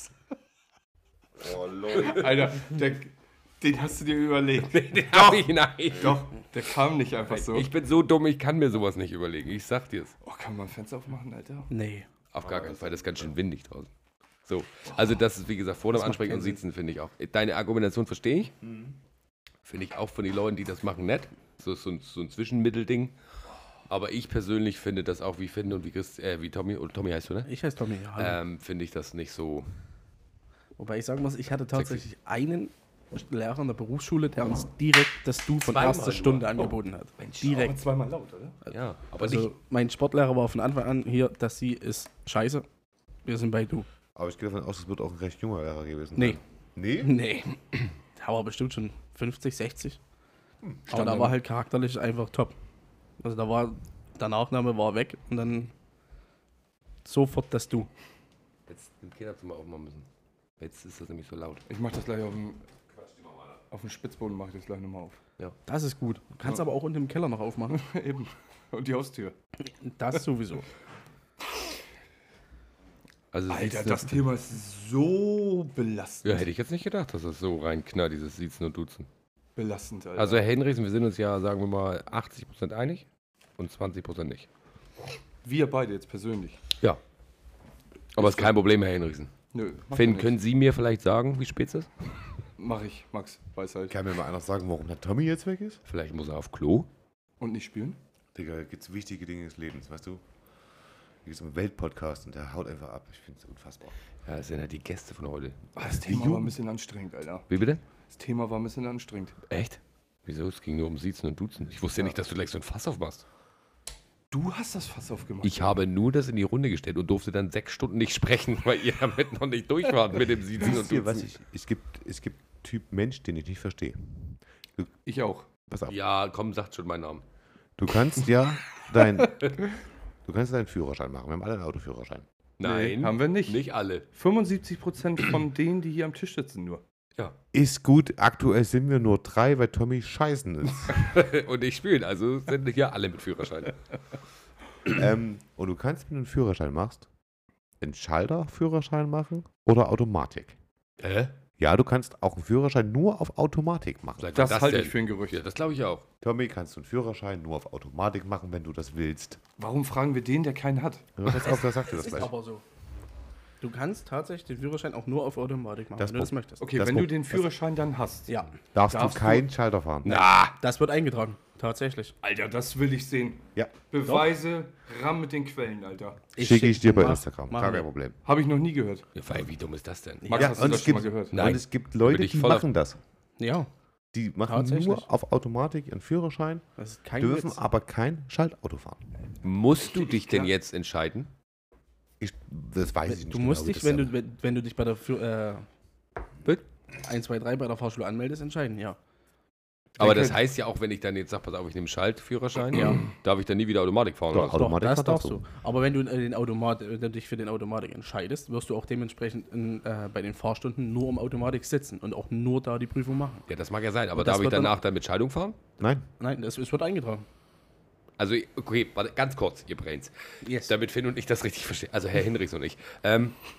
Oh, Leute. Alter, den hast du dir überlegt. Nein. Doch, der kam nicht einfach so. Ich bin so dumm, ich kann mir sowas nicht überlegen. Ich sag dir's. Oh, kann man Fenster aufmachen, Alter? Nee. Auf gar keinen Fall, das ist ganz schön windig draußen. So, also das ist, wie gesagt, Vornamen ansprechen und sitzen finde ich auch. Deine Argumentation verstehe ich. Finde ich auch von den Leuten, die das machen, nett. So ein Zwischenmittelding. Aber ich persönlich finde das auch wie Finn und wie Tommy, und Tommy heißt du, ne? Ich heiße Tommy. Ja, hallo. Finde ich das nicht so. Wobei ich sagen muss, ich hatte tatsächlich einen Lehrer in der Berufsschule, der uns direkt das Du von Zweimal erster nur. Stunde angeboten hat. Direkt. zweimal laut, oder? Ja, aber Also nicht. mein Sportlehrer war von Anfang an hier, dass sie ist scheiße. Wir sind bei Du. Aber ich gehe davon aus, es wird auch ein recht junger Lehrer gewesen Nee. sein. Nee? Nee. Der war bestimmt schon 50, 60. Aber da war halt charakterlich einfach top. Also da war, der Nachname war weg und dann sofort das Du. Jetzt im Kinderzimmer aufmachen müssen. Jetzt ist das nämlich so laut. Ich mach das gleich auf dem Spitzboden mache ich das gleich nochmal auf. Das ist gut. Du kannst aber auch unten im Keller noch aufmachen. Eben. Und die Haustür. Das sowieso. Also Alter, Siezen- das Thema ist so belastend. Ja, hätte ich jetzt nicht gedacht, dass das so reinknallt, dieses Siezen und Duzen. Belastend, Alter. Also Herr Hinrichsen, wir sind uns ja, sagen wir mal, 80% einig und 20% nicht. wir beide jetzt persönlich. Ja. Aber ist kein Problem, Herr Hinrichsen. Nö. mach Finn, doch nicht. können Sie mir vielleicht sagen, wie spät es ist? Mach ich, Max. Weiß halt. Kann mir mal einer sagen, warum der Tommy jetzt weg ist? Vielleicht muss er auf Klo. Und nicht spielen? Digga, da gibt's wichtige Dinge des Lebens, weißt du? Hier ist ein Weltpodcast und der haut einfach ab. Ich finde es unfassbar. Ja, das sind ja die Gäste von heute. Das Thema war ein bisschen anstrengend, Alter. Wie bitte? Das Thema war ein bisschen anstrengend. Echt? Wieso? Es ging nur um Siezen und Duzen. Ich wusste ja nicht, dass du gleich so ein Fass aufmachst. Du hast das Fass aufgemacht. Ich habe nur das in die Runde gestellt und durfte dann 6 Stunden nicht sprechen, weil ihr damit noch nicht durch wart mit dem Siezen und Wisst ihr, Duzen. was es gibt Typ Mensch, den ich nicht verstehe. Ich auch. Pass auf. Ja, komm, sagt schon meinen Namen. Du kannst deinen Führerschein machen. Wir haben alle einen Autoführerschein. Nein, haben wir nicht. Nicht alle. 75% von denen, die hier am Tisch sitzen, nur. Ja. Ist gut, aktuell sind wir nur 3, weil Tommy scheißen ist. Und ich spiele, also sind hier alle mit Führerschein. Und du kannst, wenn du einen Führerschein machst, einen Schalterführerschein machen oder Automatik. Ja, du kannst auch einen Führerschein nur auf Automatik machen. Seit wann Das halte denn? ich für ein Gerücht. Ja, das glaube ich auch. Tommy, kannst du einen Führerschein nur auf Automatik machen, wenn du das willst. Warum fragen wir den, der keinen hat? Ja, pass auf, da sagt er das ist gleich. aber so. Du kannst tatsächlich den Führerschein auch nur auf Automatik machen, Das wenn du das Pro- möchtest. Okay, Das wenn Pro- du den Führerschein dann hast. Ja, Darfst Darfst du du- keinen Schalter fahren? Na, das wird eingetragen. Tatsächlich. Alter, das will ich sehen. Ja, Beweise, ram mit den Quellen, Alter. schicke ich dir bei Mach- Instagram. machen Gar wir. kein Problem. Habe ich noch nie gehört. ja, vor allem, wie dumm ist das denn? Max, hast du und das es schon mal gibt, gehört? Nein. und es gibt Leute, Bin ich die voll auf- machen das. Ja, Die machen Tatsächlich. nur auf Automatik ihren Führerschein, das ist kein dürfen Witz. aber kein Schaltauto fahren. Musst du dich denn jetzt entscheiden? Das weiß ich nicht. Du musst genau, wie dich, das wenn du dich bei der 1, 2, 3 bei der Fahrschule anmeldest, entscheiden, ja. Aber das könnt- heißt ja auch, wenn ich dann jetzt sage, pass auf, ich nehme Schaltführerschein, darf ich dann nie wieder Automatik fahren. Doch, oder was? Automatik das fährt darfst auch du. Aber wenn du wenn du dich für den Automatik entscheidest, wirst du auch dementsprechend bei den Fahrstunden nur um Automatik sitzen und auch nur da die Prüfung machen. Ja, das mag ja sein, aber Und das darf ich wird dann- danach dann mit Schaltung fahren? Nein, Nein, es wird eingetragen. Also, okay, warte, ganz kurz, ihr Brains. Yes. Damit Finn und ich das richtig verstehen. Also Herr Hinrichs und ich.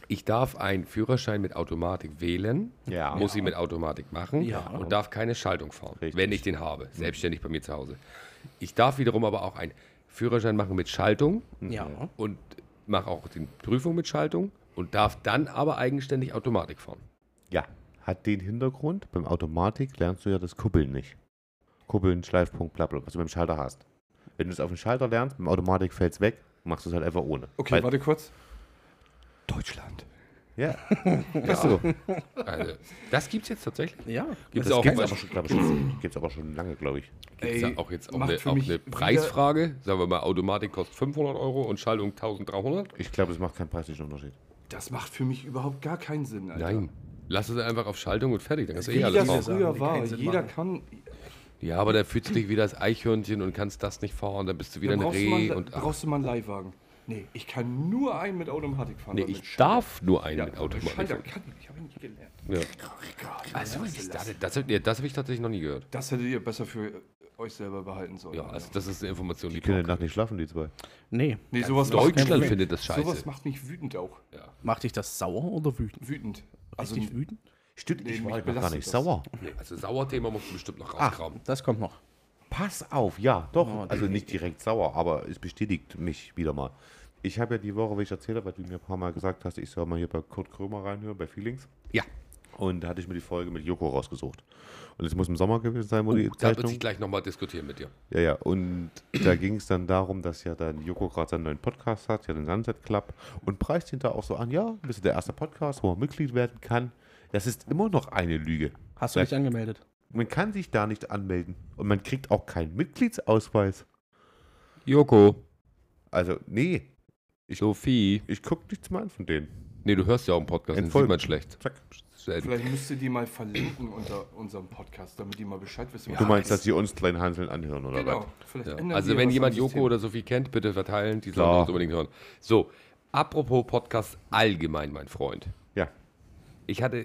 Ich darf einen Führerschein mit Automatik wählen, Ja. muss ihn mit Automatik machen Ja. und darf keine Schaltung fahren, Richtig. wenn ich den habe, selbstständig bei mir zu Hause. Ich darf wiederum aber auch einen Führerschein machen mit Schaltung Ja. und mache auch die Prüfung mit Schaltung und darf dann aber eigenständig Automatik fahren. Ja, hat den Hintergrund, beim Automatik lernst du ja das Kuppeln nicht. Kuppeln, Schleifpunkt, bla bla, was du beim Schalter hast. Wenn du es auf dem Schalter lernst, beim Automatik fällt es weg, machst du es halt einfach ohne. Okay, Weil- warte kurz. Deutschland. Ja, ist so. Also, das gibt es jetzt tatsächlich. Ja. Gibt es Das auch, gibt es aber schon lange, glaube ich. gibt's da auch jetzt auch macht eine, für auch mich eine wieder- Preisfrage? Sagen wir mal, Automatik kostet 500 Euro und Schaltung 1300? Ich glaube, es macht keinen preislichen Unterschied. Das macht für mich überhaupt gar keinen Sinn, Alter. Nein. Lass es einfach auf Schaltung und fertig. Dann kannst du Wie eh das alles viele fahren. Sachen, früher die war. keinen Sinn Jeder machen. kann. Ja, aber dann fühlst du dich wieder als Eichhörnchen und kannst das nicht fahren. Dann bist du wieder Dann ein Reh. brauchst du mal einen Leihwagen. Nee, ich kann nur einen mit Automatik fahren. Nee, aber ich mit Schalter- darf nur einen Ja, mit aber Automatik Schalter fahren. kann ich, habe ich nicht gelernt. Ja. Gott, Also, was ist das? das habe ich tatsächlich noch nie gehört. Das hättet ihr besser für euch selber behalten sollen. Ja, also das ist eine Information, Die die können braucht Nacht nicht schlafen, die zwei. Nee. Nee, sowas macht Deutschland mich- findet das scheiße. Sowas macht mich wütend auch. Macht dich das sauer oder wütend? Wütend. Also, Richtig wütend? Stimmt, Nee, ich mich war noch gar belastet nicht das. sauer. Nee, also Sauerthema musst du bestimmt noch Ach. rauskramen. Das kommt noch. Pass auf, ja, doch. Oh, Also nicht direkt sauer, aber es bestätigt mich wieder mal. Ich habe ja die Woche, wie ich erzählt habe, weil du mir ein paar Mal gesagt hast, ich soll mal hier bei Kurt Krömer reinhören, bei Feelings. Ja, Und da hatte ich mir die Folge mit Joko rausgesucht. Und es muss im Sommer gewesen sein, wo die da wird Zeichnung... sich gleich nochmal diskutieren mit dir. Ja, ja, und da ging es dann darum, dass ja dann Joko gerade seinen neuen Podcast hat, ja den Sunset Club, und preist ihn da auch so an, ja, das ist der erste Podcast, wo man Mitglied werden kann. Das ist immer noch eine Lüge. Hast du dich angemeldet? Man kann sich da nicht anmelden und man kriegt auch keinen Mitgliedsausweis. Joko, Also, nee, Sophie. ich gucke nichts mal an von denen. Nee, du hörst ja auch einen Podcast, den sieht Entfolgen. man schlecht. Zack. Selten. vielleicht müsst ihr die mal verlinken unter unserem Podcast, damit die mal Bescheid wissen. Du meinst, dass sie uns kleinen Hanseln anhören, oder Genau. was? Vielleicht Ja. ändern Also wir wenn was jemand am Joko System. oder Sophie kennt, bitte verteilen, die Klar. sollen uns unbedingt hören. So, apropos Podcast allgemein, mein Freund. Ja. Ich hatte,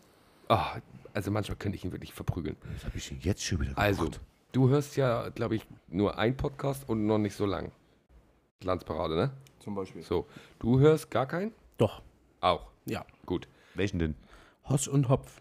also manchmal könnte ich ihn wirklich verprügeln. Was habe ich denn jetzt schon wieder Also, gemacht? du hörst ja, glaube ich, nur einen Podcast und noch nicht so lang. Glanzparade, ne? Zum Beispiel. So, du hörst gar keinen? Doch. Auch. Ja. Gut. Welchen denn? Hoss und Hopf.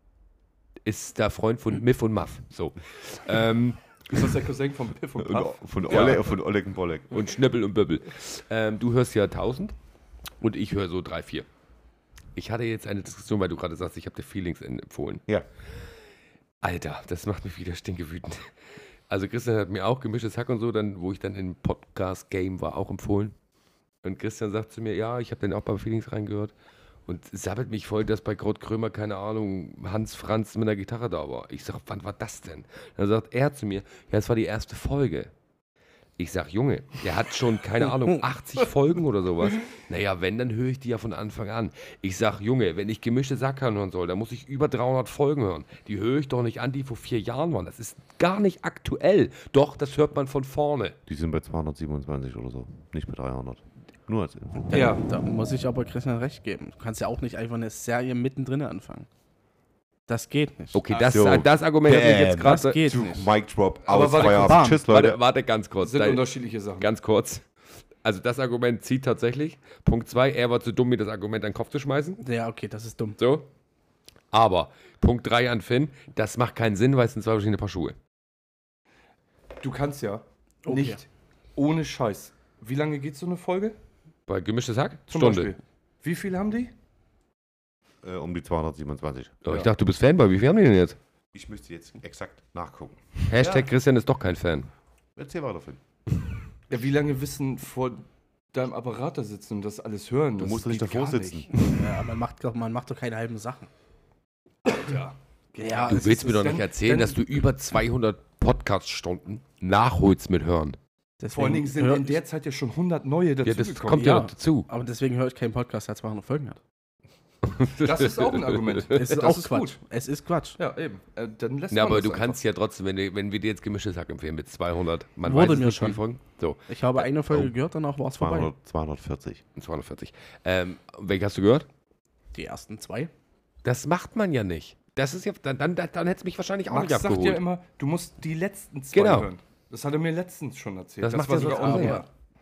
Ist der Freund von Miff und Muff. So. Ist das der Cousin von Piff und Puff? Von Ja. Oleg, von Oleg und Bolek. Und Schnippel und Böbbel. Du hörst ja 1000 und ich höre so 3, 4. Ich hatte jetzt eine Diskussion, weil du gerade sagst, ich habe dir Feelings empfohlen. Ja. Alter, das macht mich wieder stinkewütend. Also Christian hat mir auch gemischtes Hack und so, dann, wo ich dann im Podcast-Game war, auch empfohlen. Und Christian sagt zu mir, ja, ich habe den auch bei Feelings reingehört. Und sabbelt mich voll, dass bei Kurt Krömer, keine Ahnung, Hans Franz mit einer Gitarre da war. Ich sag, wann war das denn? Dann sagt er zu mir, ja, das war die erste Folge. Ich sag, Junge, der hat schon, keine Ahnung, 80 Folgen oder sowas. Naja, wenn, dann höre ich die ja von Anfang an. Ich sag, Junge, wenn ich gemischte Sackern hören soll, dann muss ich über 300 Folgen hören. Die höre ich doch nicht an, die vor 4 Jahren waren. Das ist gar nicht aktuell. Doch, das hört man von vorne. Die sind bei 227 oder so, nicht bei 300. Nur als Info. Ja. Da muss ich aber Christian recht geben. Du kannst ja auch nicht einfach eine Serie mittendrin anfangen. Das geht nicht. Okay, so. das Argument hat mich jetzt Das gerade... geht nicht. Mic Drop, Aber aus warte, Feierabend. bam. Tschüss, Leute. Warte ganz kurz. Das sind Dein- unterschiedliche Sachen. Ganz kurz. Also das Argument zieht tatsächlich. Punkt 2, er war zu dumm, mir das Argument an den Kopf zu schmeißen. Ja, okay, das ist dumm. So. Aber Punkt 3 an Finn, das macht keinen Sinn, weil es sind zwei verschiedene Paar Schuhe. Du kannst ja Okay. nicht ohne Scheiß. Wie lange geht so eine Folge? Bei gemischtes Hack? Zum Stunde. Beispiel. Wie viel haben die? Um die 227. Oh, ich dachte, du bist Fanboy. Wie viel haben die denn jetzt? Ich müsste jetzt exakt nachgucken. Hashtag Christian ist doch kein Fan. Erzähl weiter, Finn. Ja, wie lange wissen vor deinem Apparat da sitzen und das alles hören? Du Das musst doch nicht geht davor gar sitzen. Ja, man macht doch keine halben Sachen. Ja. Ja, Du willst mir doch nicht dann- erzählen, dass du über 200 Podcast-Stunden nachholst mit Hören. Vor allen Dingen sind in der Zeit ja schon 100 neue Ja, das dazugekommen. kommt ja ja. noch dazu. Aber deswegen höre ich keinen Podcast, der 200 Folgen hat. Das ist auch ein Argument. Es ist das auch ist Quatsch. gut. Es ist Quatsch. Ja, eben. Dann lässt Ja, man aber das du einfach. kannst ja trotzdem, wenn wir dir jetzt gemischtes Hack empfehlen mit 200, man Wurde weiß es mir nicht, wie schon. viele Folgen. So, Ich habe eine Folge Oh. gehört, danach war es vorbei. 240. 240. Welche hast du gehört? Die ersten 2. Das macht man ja nicht. Das ist ja, dann hätte es mich wahrscheinlich auch Max nicht sagt abgeholt. ja immer, du musst die letzten 2 Genau. hören. Das hat er mir letztens schon erzählt. Das macht war ja sogar sonst auch online. jeder.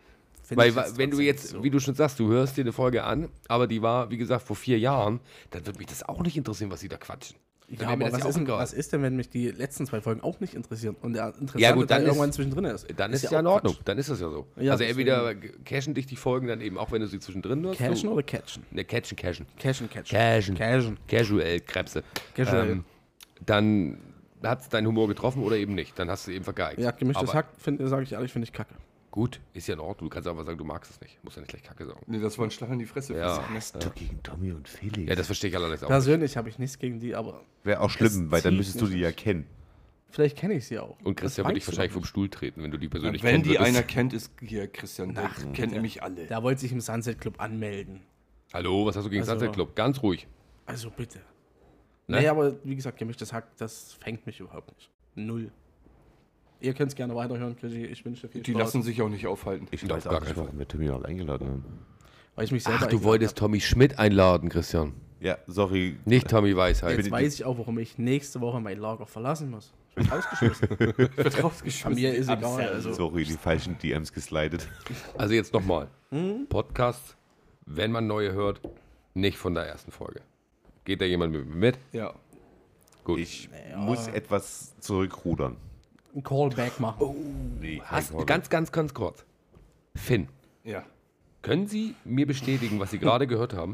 Weil wenn du jetzt, wie du schon sagst, du hörst dir eine Folge an, aber die war, wie gesagt, vor 4 Jahren, dann wird mich das auch nicht interessieren, was sie da quatschen. Ja, aber was ist denn, wenn mich die letzten 2 Folgen auch nicht interessieren und der interessante Ja, gut, dann irgendwann zwischendrin ist? Dann ist ja ja in auch Ordnung, Quatsch. dann ist das ja so. Ja, also deswegen. entweder cashen dich die Folgen dann eben, auch wenn du sie zwischendrin hörst. Cashen oder catchen? Ne, cashen. Cashen. Cashen. Casual-Krebse. Casual. Dann hat es deinen Humor getroffen oder eben nicht. Dann hast du eben vergeigt. Ja, gemischtes Aber Hack, sage ich ehrlich, finde ich kacke. Gut, ist ja in Ordnung. Du kannst aber sagen, du magst es nicht. Musst ja nicht gleich Kacke sagen. Nee, das war ein Schlag in die Fresse. Ja. Was du gegen Tommy und Felix? Ja, das verstehe ich allerdings auch. Persönlich habe ich nichts gegen die, aber wäre auch schlimm, Es weil dann zieht müsstest du mich die ja kennen. vielleicht kenne ich sie auch. Und Christian Das würde dich weißt du wahrscheinlich doch vom Stuhl treten, wenn du die persönlich Wenn kennen die würdest. einer kennt, ist hier Christian. Der kennt bitte. nämlich alle. nicht. Der wollte sich im Sunset Club anmelden. Hallo, was hast du gegen Also- Sunset Club? Ganz ruhig. Also bitte. Ne? Nee, aber wie gesagt, gemischtes Hack, das fängt mich überhaupt nicht. 0. Ihr könnt es gerne weiterhören, Chrissy. Ich wünsche dir viel Die Spaß. lassen sich auch nicht aufhalten. Ich Auf weiß gar auch keinen nicht, Fall. warum wir Tommy überhaupt eingeladen haben. Weil ich mich selber Ach, du eingeladen wolltest Tommy Schmidt einladen, Christian. Ja, sorry. Nicht Tommy hab. Weisheit. Jetzt weiß ich auch, warum ich nächste Woche mein Lager verlassen muss. Ich bin rausgeschmissen. Wird rausgeschmissen. Mir ist egal. Also, Sorry, die falschen DMs geslidet. Also jetzt nochmal. Podcast, wenn man neue hört, nicht von der ersten Folge. Geht da jemand mit mir mit? Ja. Gut. Ich muss etwas zurückrudern. ein Callback machen. Nee, Ganz kurz. Finn, Ja. können Sie mir bestätigen, was Sie gerade gehört haben?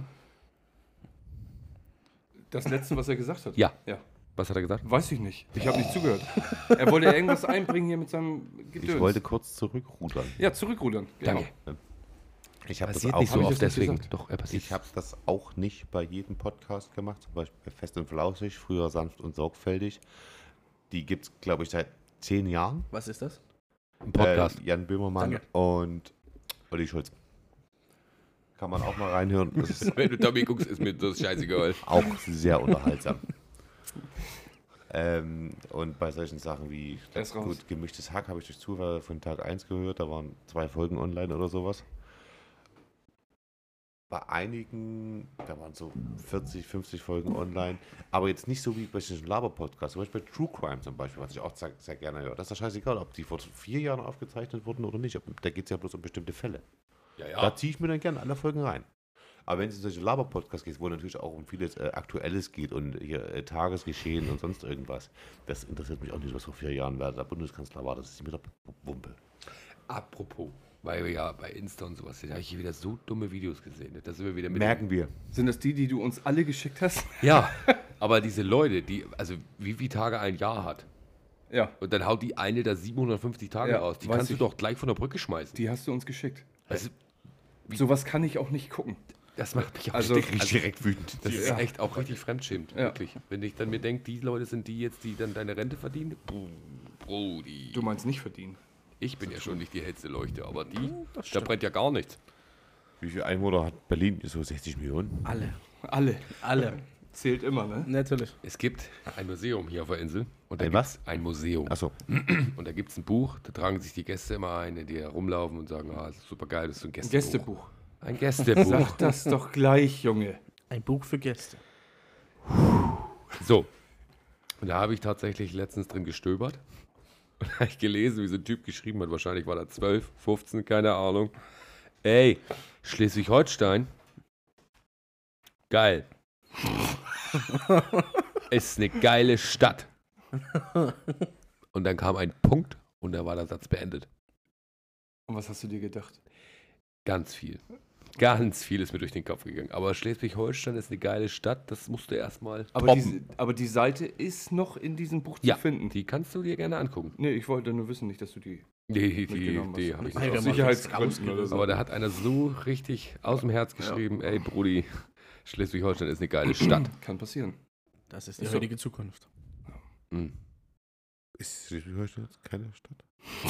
Das letzte, was er gesagt hat. Ja. Ja. Was hat er gesagt? Weiß ich nicht. Ich habe nicht zugehört. Er wollte ja irgendwas einbringen hier mit seinem Gedöns. Ich wollte kurz zurückrudern. Ja, zurückrudern. Genau. Danke. Ich habe das Passiert auch nicht so hab ich oft, das nicht deswegen. gesagt? Doch, er passiert. Ich habe das auch nicht bei jedem Podcast gemacht, zum Beispiel bei Fest und Flauschig, früher sanft und sorgfältig. Die gibt es, glaube ich, seit 10 Jahren. Was ist das? Ein Podcast. Jan Böhmermann Danke. und Olli Schulz. Kann man auch mal reinhören. Das ist Wenn du Tommy guckst, ist mir das scheißegal. auch sehr unterhaltsam. Und bei solchen Sachen wie Er ist raus. gut, gemischtes Hack habe ich durch Zufall von Tag 1 gehört. Da waren 2 Folgen online oder sowas. Bei einigen, da waren so 40, 50 Folgen online, aber jetzt nicht so wie bei diesen Laber-Podcasts, zum Beispiel bei True Crime zum Beispiel, was ich auch sehr, sehr gerne höre. Das ist ja scheißegal, ob die vor 4 Jahren aufgezeichnet wurden oder nicht. Da geht es ja bloß um bestimmte Fälle. Ja, Da ziehe ich mir dann gerne alle Folgen rein. Aber wenn es in solche Laber-Podcasts geht, wo natürlich auch um vieles Aktuelles geht und hier Tagesgeschehen und sonst irgendwas, das interessiert mich auch nicht, was vor 4 Jahren der Bundeskanzler war. Das ist mir der Wumpe. Apropos, weil wir ja bei Insta und sowas sind, habe ich hier wieder so dumme Videos gesehen. Da sind wir wieder mit. Merken wir. Sind das die du uns alle geschickt hast? Ja, aber diese Leute, die, also wie viele Tage ein Jahr hat. Ja. Und dann haut die eine da 750 Tage Ja, raus. Die weiß kannst du ich. doch gleich von der Brücke schmeißen. Die hast du uns geschickt. Also, Sowas kann ich auch nicht gucken. das macht mich auch Also- richtig. Direkt wütend. Das ist Ja. echt auch richtig fremdschämend, Ja. wirklich. Wenn ich dann mir denke, die Leute sind die jetzt, die dann deine Rente verdienen. Brudi. Du meinst nicht verdienen. Ich bin ja schon nicht die hellste Leuchte, aber die, da stimmt. brennt ja gar nichts. Wie viele Einwohner hat Berlin? So 60 Millionen? Alle. Alle. Zählt immer, ne? Natürlich. Es gibt ein Museum hier auf der Insel. Und da Ein gibt's was? Ein Museum. Achso. Und da gibt es ein Buch, da tragen sich die Gäste immer ein, die herumlaufen und sagen, das ist super geil, das ist so ein Ein Gästebuch. Gästebuch. Ein Gästebuch. Sag das doch gleich, Junge. Ein Buch für Gäste. So. Und da habe ich tatsächlich letztens drin gestöbert. Und da habe ich gelesen, wie so ein Typ geschrieben hat, wahrscheinlich war er 12, 15, keine Ahnung. Ey, Schleswig-Holstein, geil. Ist eine geile Stadt. Und dann kam ein Punkt und da war der Satz beendet. Und was hast du dir gedacht? Ganz viel. Ganz viel ist mir durch den Kopf gegangen. Aber Schleswig-Holstein ist eine geile Stadt, das musst du erstmal Aber die Seite ist noch in diesem Buch ja, zu finden. die kannst du dir gerne angucken. Nee, ich wollte nur wissen, nicht, dass du die Die mitgenommen hast. habe ich Hey, nicht. wir Aus machen Sicherheitsgründen Scouts oder so. Aber da hat einer so richtig aus dem Herz geschrieben, ey Brudi, Schleswig-Holstein ist eine geile Stadt. Kann passieren. Das ist die Ist so. heutige Zukunft. Mhm. Ist Schleswig-Holstein jetzt keine Stadt?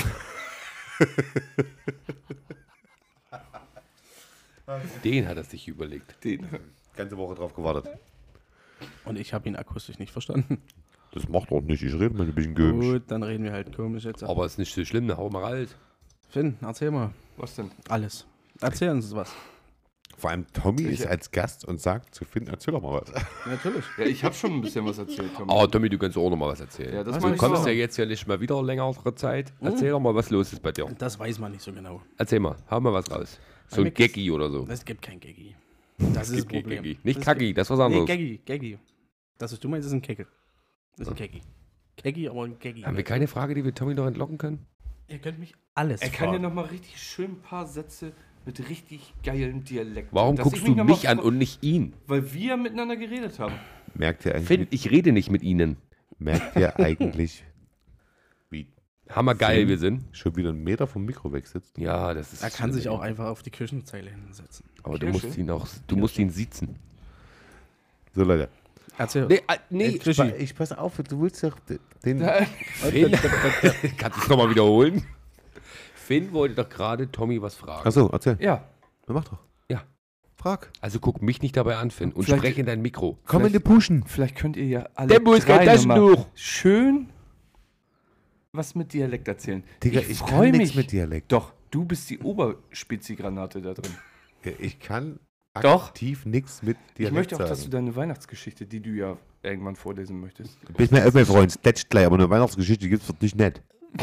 Den hat er sich überlegt. Den. Ganze Woche drauf gewartet. Und ich habe ihn akustisch nicht verstanden. Das macht auch nicht. Ich rede mal ein bisschen komisch. Gut, dann reden wir halt komisch jetzt. Aber ist nicht so schlimm, hau mal alt. Finn, erzähl mal. Was denn? Alles. Erzähl uns was. Vor allem Tommy ist als Gast und sagt zu Finn, erzähl doch mal was. Natürlich. Ja, ich habe schon ein bisschen was erzählt, Tommy. Oh, Tommy, du kannst auch noch mal was erzählen. Ja, das Was? Du meine ich kommst so. ja jetzt ja nicht mal wieder längere Zeit. Erzähl doch mal, was los ist bei dir. Das weiß man nicht so genau. Erzähl mal, hau mal was raus. So Eine ein Geggi oder so. Es gibt kein Geggi. Das ist das Geggi, Problem. Geggi. Nicht Es Kacki, gibt- das ist was Nee, anderes. Geggi. Das, was du meinst, ist ein Kegel. Das ist ein Geggi. Geggi, aber ein Geggi. Haben wir keine Frage, die wir Tommy noch entlocken können? Ihr könnt mich alles Er kann ja fragen. noch mal richtig schön ein paar Sätze mit richtig geilen Dialekten. Warum Dass guckst ich du noch mal mich an und nicht ihn? Weil wir miteinander geredet haben. Merkt ihr eigentlich, Finn, ich rede nicht mit ihnen. wie Hammergeil Finn wir sind. schon wieder einen Meter vom Mikro weg sitzt? Ja, das ist. Er kann sich auch einfach auf die Küchenzeile hinsetzen. Aber du Kirsche? musst ihn auch. Du musst ihn sitzen. So, Leute. Erzähl. Nee. Krischi. Ich pass auf, du willst doch den... Finn, kannst du es nochmal wiederholen? Finn wollte doch gerade Tommy was fragen. Achso, erzähl. Ja, Mach doch. Ja. Frag. Also guck mich nicht dabei an, Finn, und Vielleicht- sprech in dein Mikro. Komm in die Pushen. vielleicht könnt ihr ja alle Der muss kein drei noch mal Taschentuch. schön was mit Dialekt erzählen. Digga, ich freu kann nichts mich. mit Dialekt. Doch, du bist die Oberspezi-Granate da drin. Ich kann Doch. aktiv nichts mit Dialekt Ich möchte auch, dass du sagen. deine Weihnachtsgeschichte, die du ja irgendwann vorlesen möchtest, Bist mir mein Freund, stetcht gleich, aber eine Weihnachtsgeschichte gibt's für dich nicht.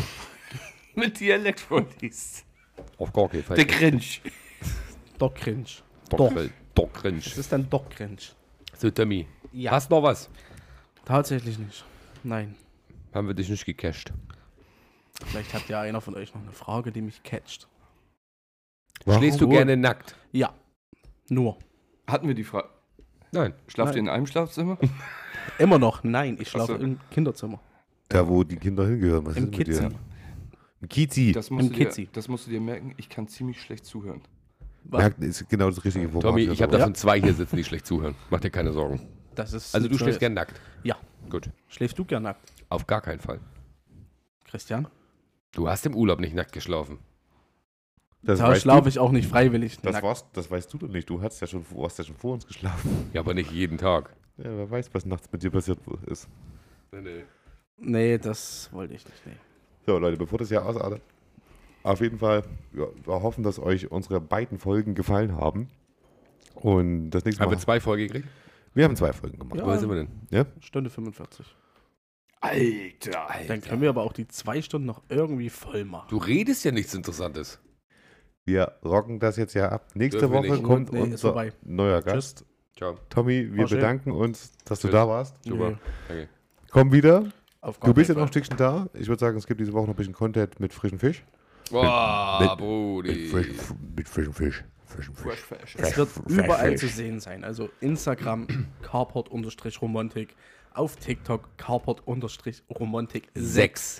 mit Dialekt vorliest. Auf gar keinen Fall. Der Grinch. Doc Cringe. Doch cringe. Das ist dann Doc Cringe. So, Tommy. Ja. Hast noch was? Tatsächlich nicht. Nein. Haben wir dich nicht gecached. Vielleicht hat ja einer von euch noch eine Frage, die mich catcht. Schläfst du Warum? gerne nackt? Ja. Nur. Hatten wir die Frage. Nein. Schlaft ihr in einem Schlafzimmer? Immer noch. Nein, ich schlafe Ach so. im Kinderzimmer. Da, wo die Kinder hingehören. Was Im ist mit dir? Kidzimmer. Im Kizi. Das musst, Im du dir, Kitzi. das musst du dir merken, ich kann ziemlich schlecht zuhören. Merkt, ist genau das richtige Format. Tommy, für ich habe sowas. davon 2 hier sitzen, die schlecht zuhören. Mach dir keine Sorgen. Das ist Also du schläfst gern. gern nackt? Ja. Gut. Schläfst du gern nackt? Auf gar keinen Fall. Christian? Du hast im Urlaub nicht nackt geschlafen. Das, Da weißt schlafe du, ich auch nicht freiwillig das, nackt. das weißt du doch nicht. Du hast ja schon, hast ja schon vor uns geschlafen. Ja, aber nicht jeden Tag. Ja, wer weiß, was nachts mit dir passiert ist. Nee, das wollte ich nicht. Nee. So, Leute, bevor das Jahr ausartet, auf jeden Fall, ja, wir hoffen, dass euch unsere beiden Folgen gefallen haben. Und das nächste Haben Mal. wir 2 Folgen gekriegt? Wir haben 2 Folgen gemacht. Ja. Wo sind wir denn? Ja? Stunde 45. Alter. Dann können wir aber auch die 2 Stunden noch irgendwie voll machen. Du redest ja nichts Interessantes. Wir rocken das jetzt ja ab. Nächste Dürfen wir Woche nicht. kommt Nee, ist unser vorbei. neuer Gast. Ciao. Tommy, wir War schön. bedanken uns, dass du Tschüss. da warst. Super. Nö, Danke. Komm wieder. auf gar Du bist ja keinen noch ein Stückchen da. Ich würde sagen, es gibt diese Woche noch ein bisschen Content mit frischem Fisch. Boah, Brudi. Mit frischem Fisch. Frischem Fisch. Fall. Es wird überall Fisch. zu sehen sein. Also Instagram, carport-romantik. Auf TikTok, carport-romantik 6.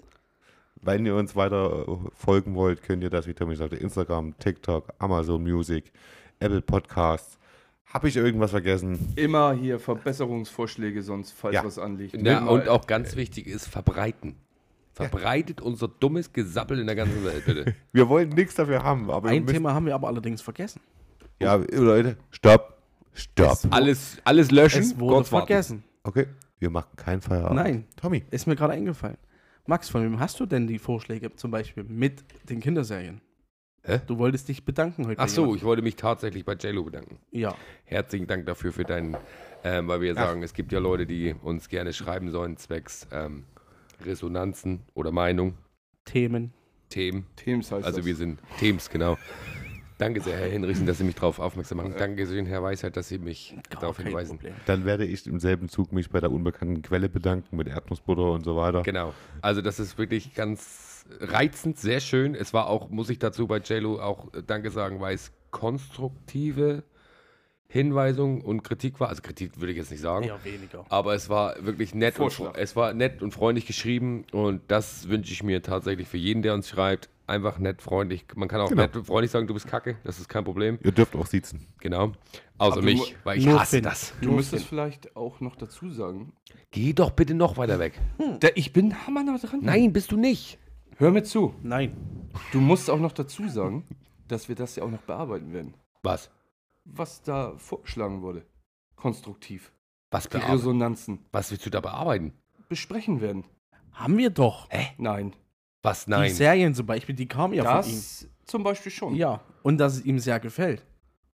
Wenn ihr uns weiter folgen wollt, könnt ihr das, wie Tommy sagte, Instagram, TikTok, Amazon Music, Apple Podcasts. Habe ich irgendwas vergessen? Immer hier Verbesserungsvorschläge, sonst falls Ja. was anliegt. Ja, Immer- und auch ganz wichtig ist, verbreiten. Verbreitet unser dummes Gesappel in der ganzen Welt, bitte. Wir wollen nichts dafür haben, aber Ein Thema haben wir aber allerdings vergessen. Ja, Leute, stopp. Stopp. Alles löschen, Es wurde kurz warten. vergessen. Okay, wir machen keinen Feierabend. Nein. Tommy, Ist mir gerade eingefallen. Max, von wem hast du denn die Vorschläge zum Beispiel mit den Kinderserien? Hä? Du wolltest dich bedanken heute. Ach bei so, jemandem. ich wollte mich tatsächlich bei JLo bedanken. Ja. Herzlichen Dank dafür für deinen, weil wir sagen, es gibt ja Leute, die uns gerne schreiben sollen, zwecks Resonanzen oder Meinung, Themen. Themen. Teams heißt Also das. wir sind Themes, genau. Danke sehr, Herr Hinrichsen, dass Sie mich darauf aufmerksam machen. Danke sehr, Herr Weisheit, dass Sie mich Gar darauf kein hinweisen. Problem. dann werde ich im selben Zug mich bei der unbekannten Quelle bedanken mit Erdnussbutter und so weiter. Genau. Also das ist wirklich ganz reizend, sehr schön. Es war auch, muss ich dazu bei JLo auch Danke sagen, weil es konstruktive Hinweisung und Kritik war. Also Kritik würde ich jetzt nicht sagen. Eher weniger. Aber es war wirklich nett und, Vorschlag. es war nett und freundlich geschrieben und das wünsche ich mir tatsächlich für jeden, der uns schreibt. Einfach nett, freundlich. Man kann auch Genau. nett und freundlich sagen, du bist kacke, das ist kein Problem. Ihr dürft auch siezen. Genau. Außer Aber du mich, mu- weil ich Nur hasse Finn. das. Du Nur müsstest Finn. vielleicht auch noch dazu sagen, Geh doch bitte noch weiter weg. ich bin hammernah dran. Nein, bist du nicht. Hör mir zu. Nein. Du musst auch noch dazu sagen, dass wir das ja auch noch bearbeiten werden. Was? Was da vorgeschlagen wurde. Konstruktiv. Was, Die Resonanzen. was willst du da bearbeiten? Besprechen werden. Haben wir doch. Nein. Was? Die Nein. Serien zum Beispiel, die kamen ja von ihm. Das zum Beispiel schon. Ja. Und dass es ihm sehr gefällt.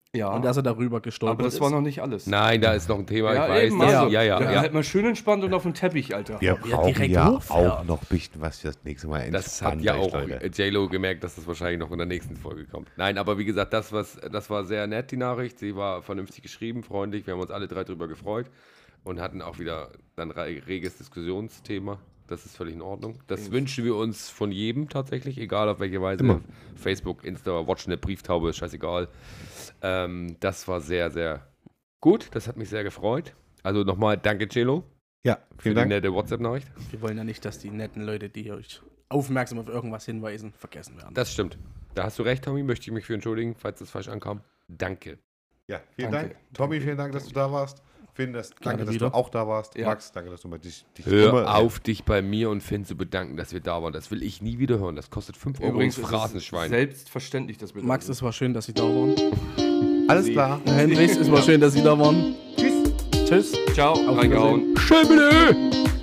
Ja, Und dass er darüber gestolpert aber das ist. war noch nicht alles. Nein, da ist noch ein Thema, Ja, ich weiß. eben, Das, also, ja. Halt mal schön entspannt und auf dem Teppich, Alter. Wir brauchen direkt ja hochfährt. auch noch ein bisschen was für das nächste Mal Das hat entspannt ja euch, auch Leute. J-Lo gemerkt, dass das wahrscheinlich noch in der nächsten Folge kommt. Nein, aber wie gesagt, das war sehr nett, die Nachricht. Sie war vernünftig geschrieben, freundlich. Wir haben uns alle drei drüber gefreut und hatten auch wieder dann reges Diskussionsthema. Das ist völlig in Ordnung. Das wünschen wir uns von jedem tatsächlich, egal auf welche Weise. Immer. Facebook, Insta, Watchen, eine Brieftaube, ist scheißegal. Das war sehr, sehr gut. Das hat mich sehr gefreut. Also nochmal danke, J-Lo, Ja, für vielen die Dank. nette WhatsApp-Nachricht. Wir wollen ja nicht, dass die netten Leute, die euch aufmerksam auf irgendwas hinweisen, vergessen werden. Das stimmt. Da hast du recht, Tommy. Möchte ich mich für entschuldigen, falls das falsch ankam. Danke. Ja, vielen Danke. Dank. Tommy, vielen Dank, dass du da warst. Finn, danke, Gerne dass wieder. du auch da warst. Ja. Max, danke, dass du mal dich Hör auf, dich bei mir und Finn zu bedanken, dass wir da waren. Das will ich nie wieder hören. Das kostet 5 Euro Übrigens ins ist es Phrasenschwein. selbstverständlich, dass wir da Max, sind. es war schön, dass Sie da waren. Alles klar. Hendrix, es war schön, dass Sie da waren. Tschüss. Tschüss. Ciao, Auf reingehauen. Schön bitte!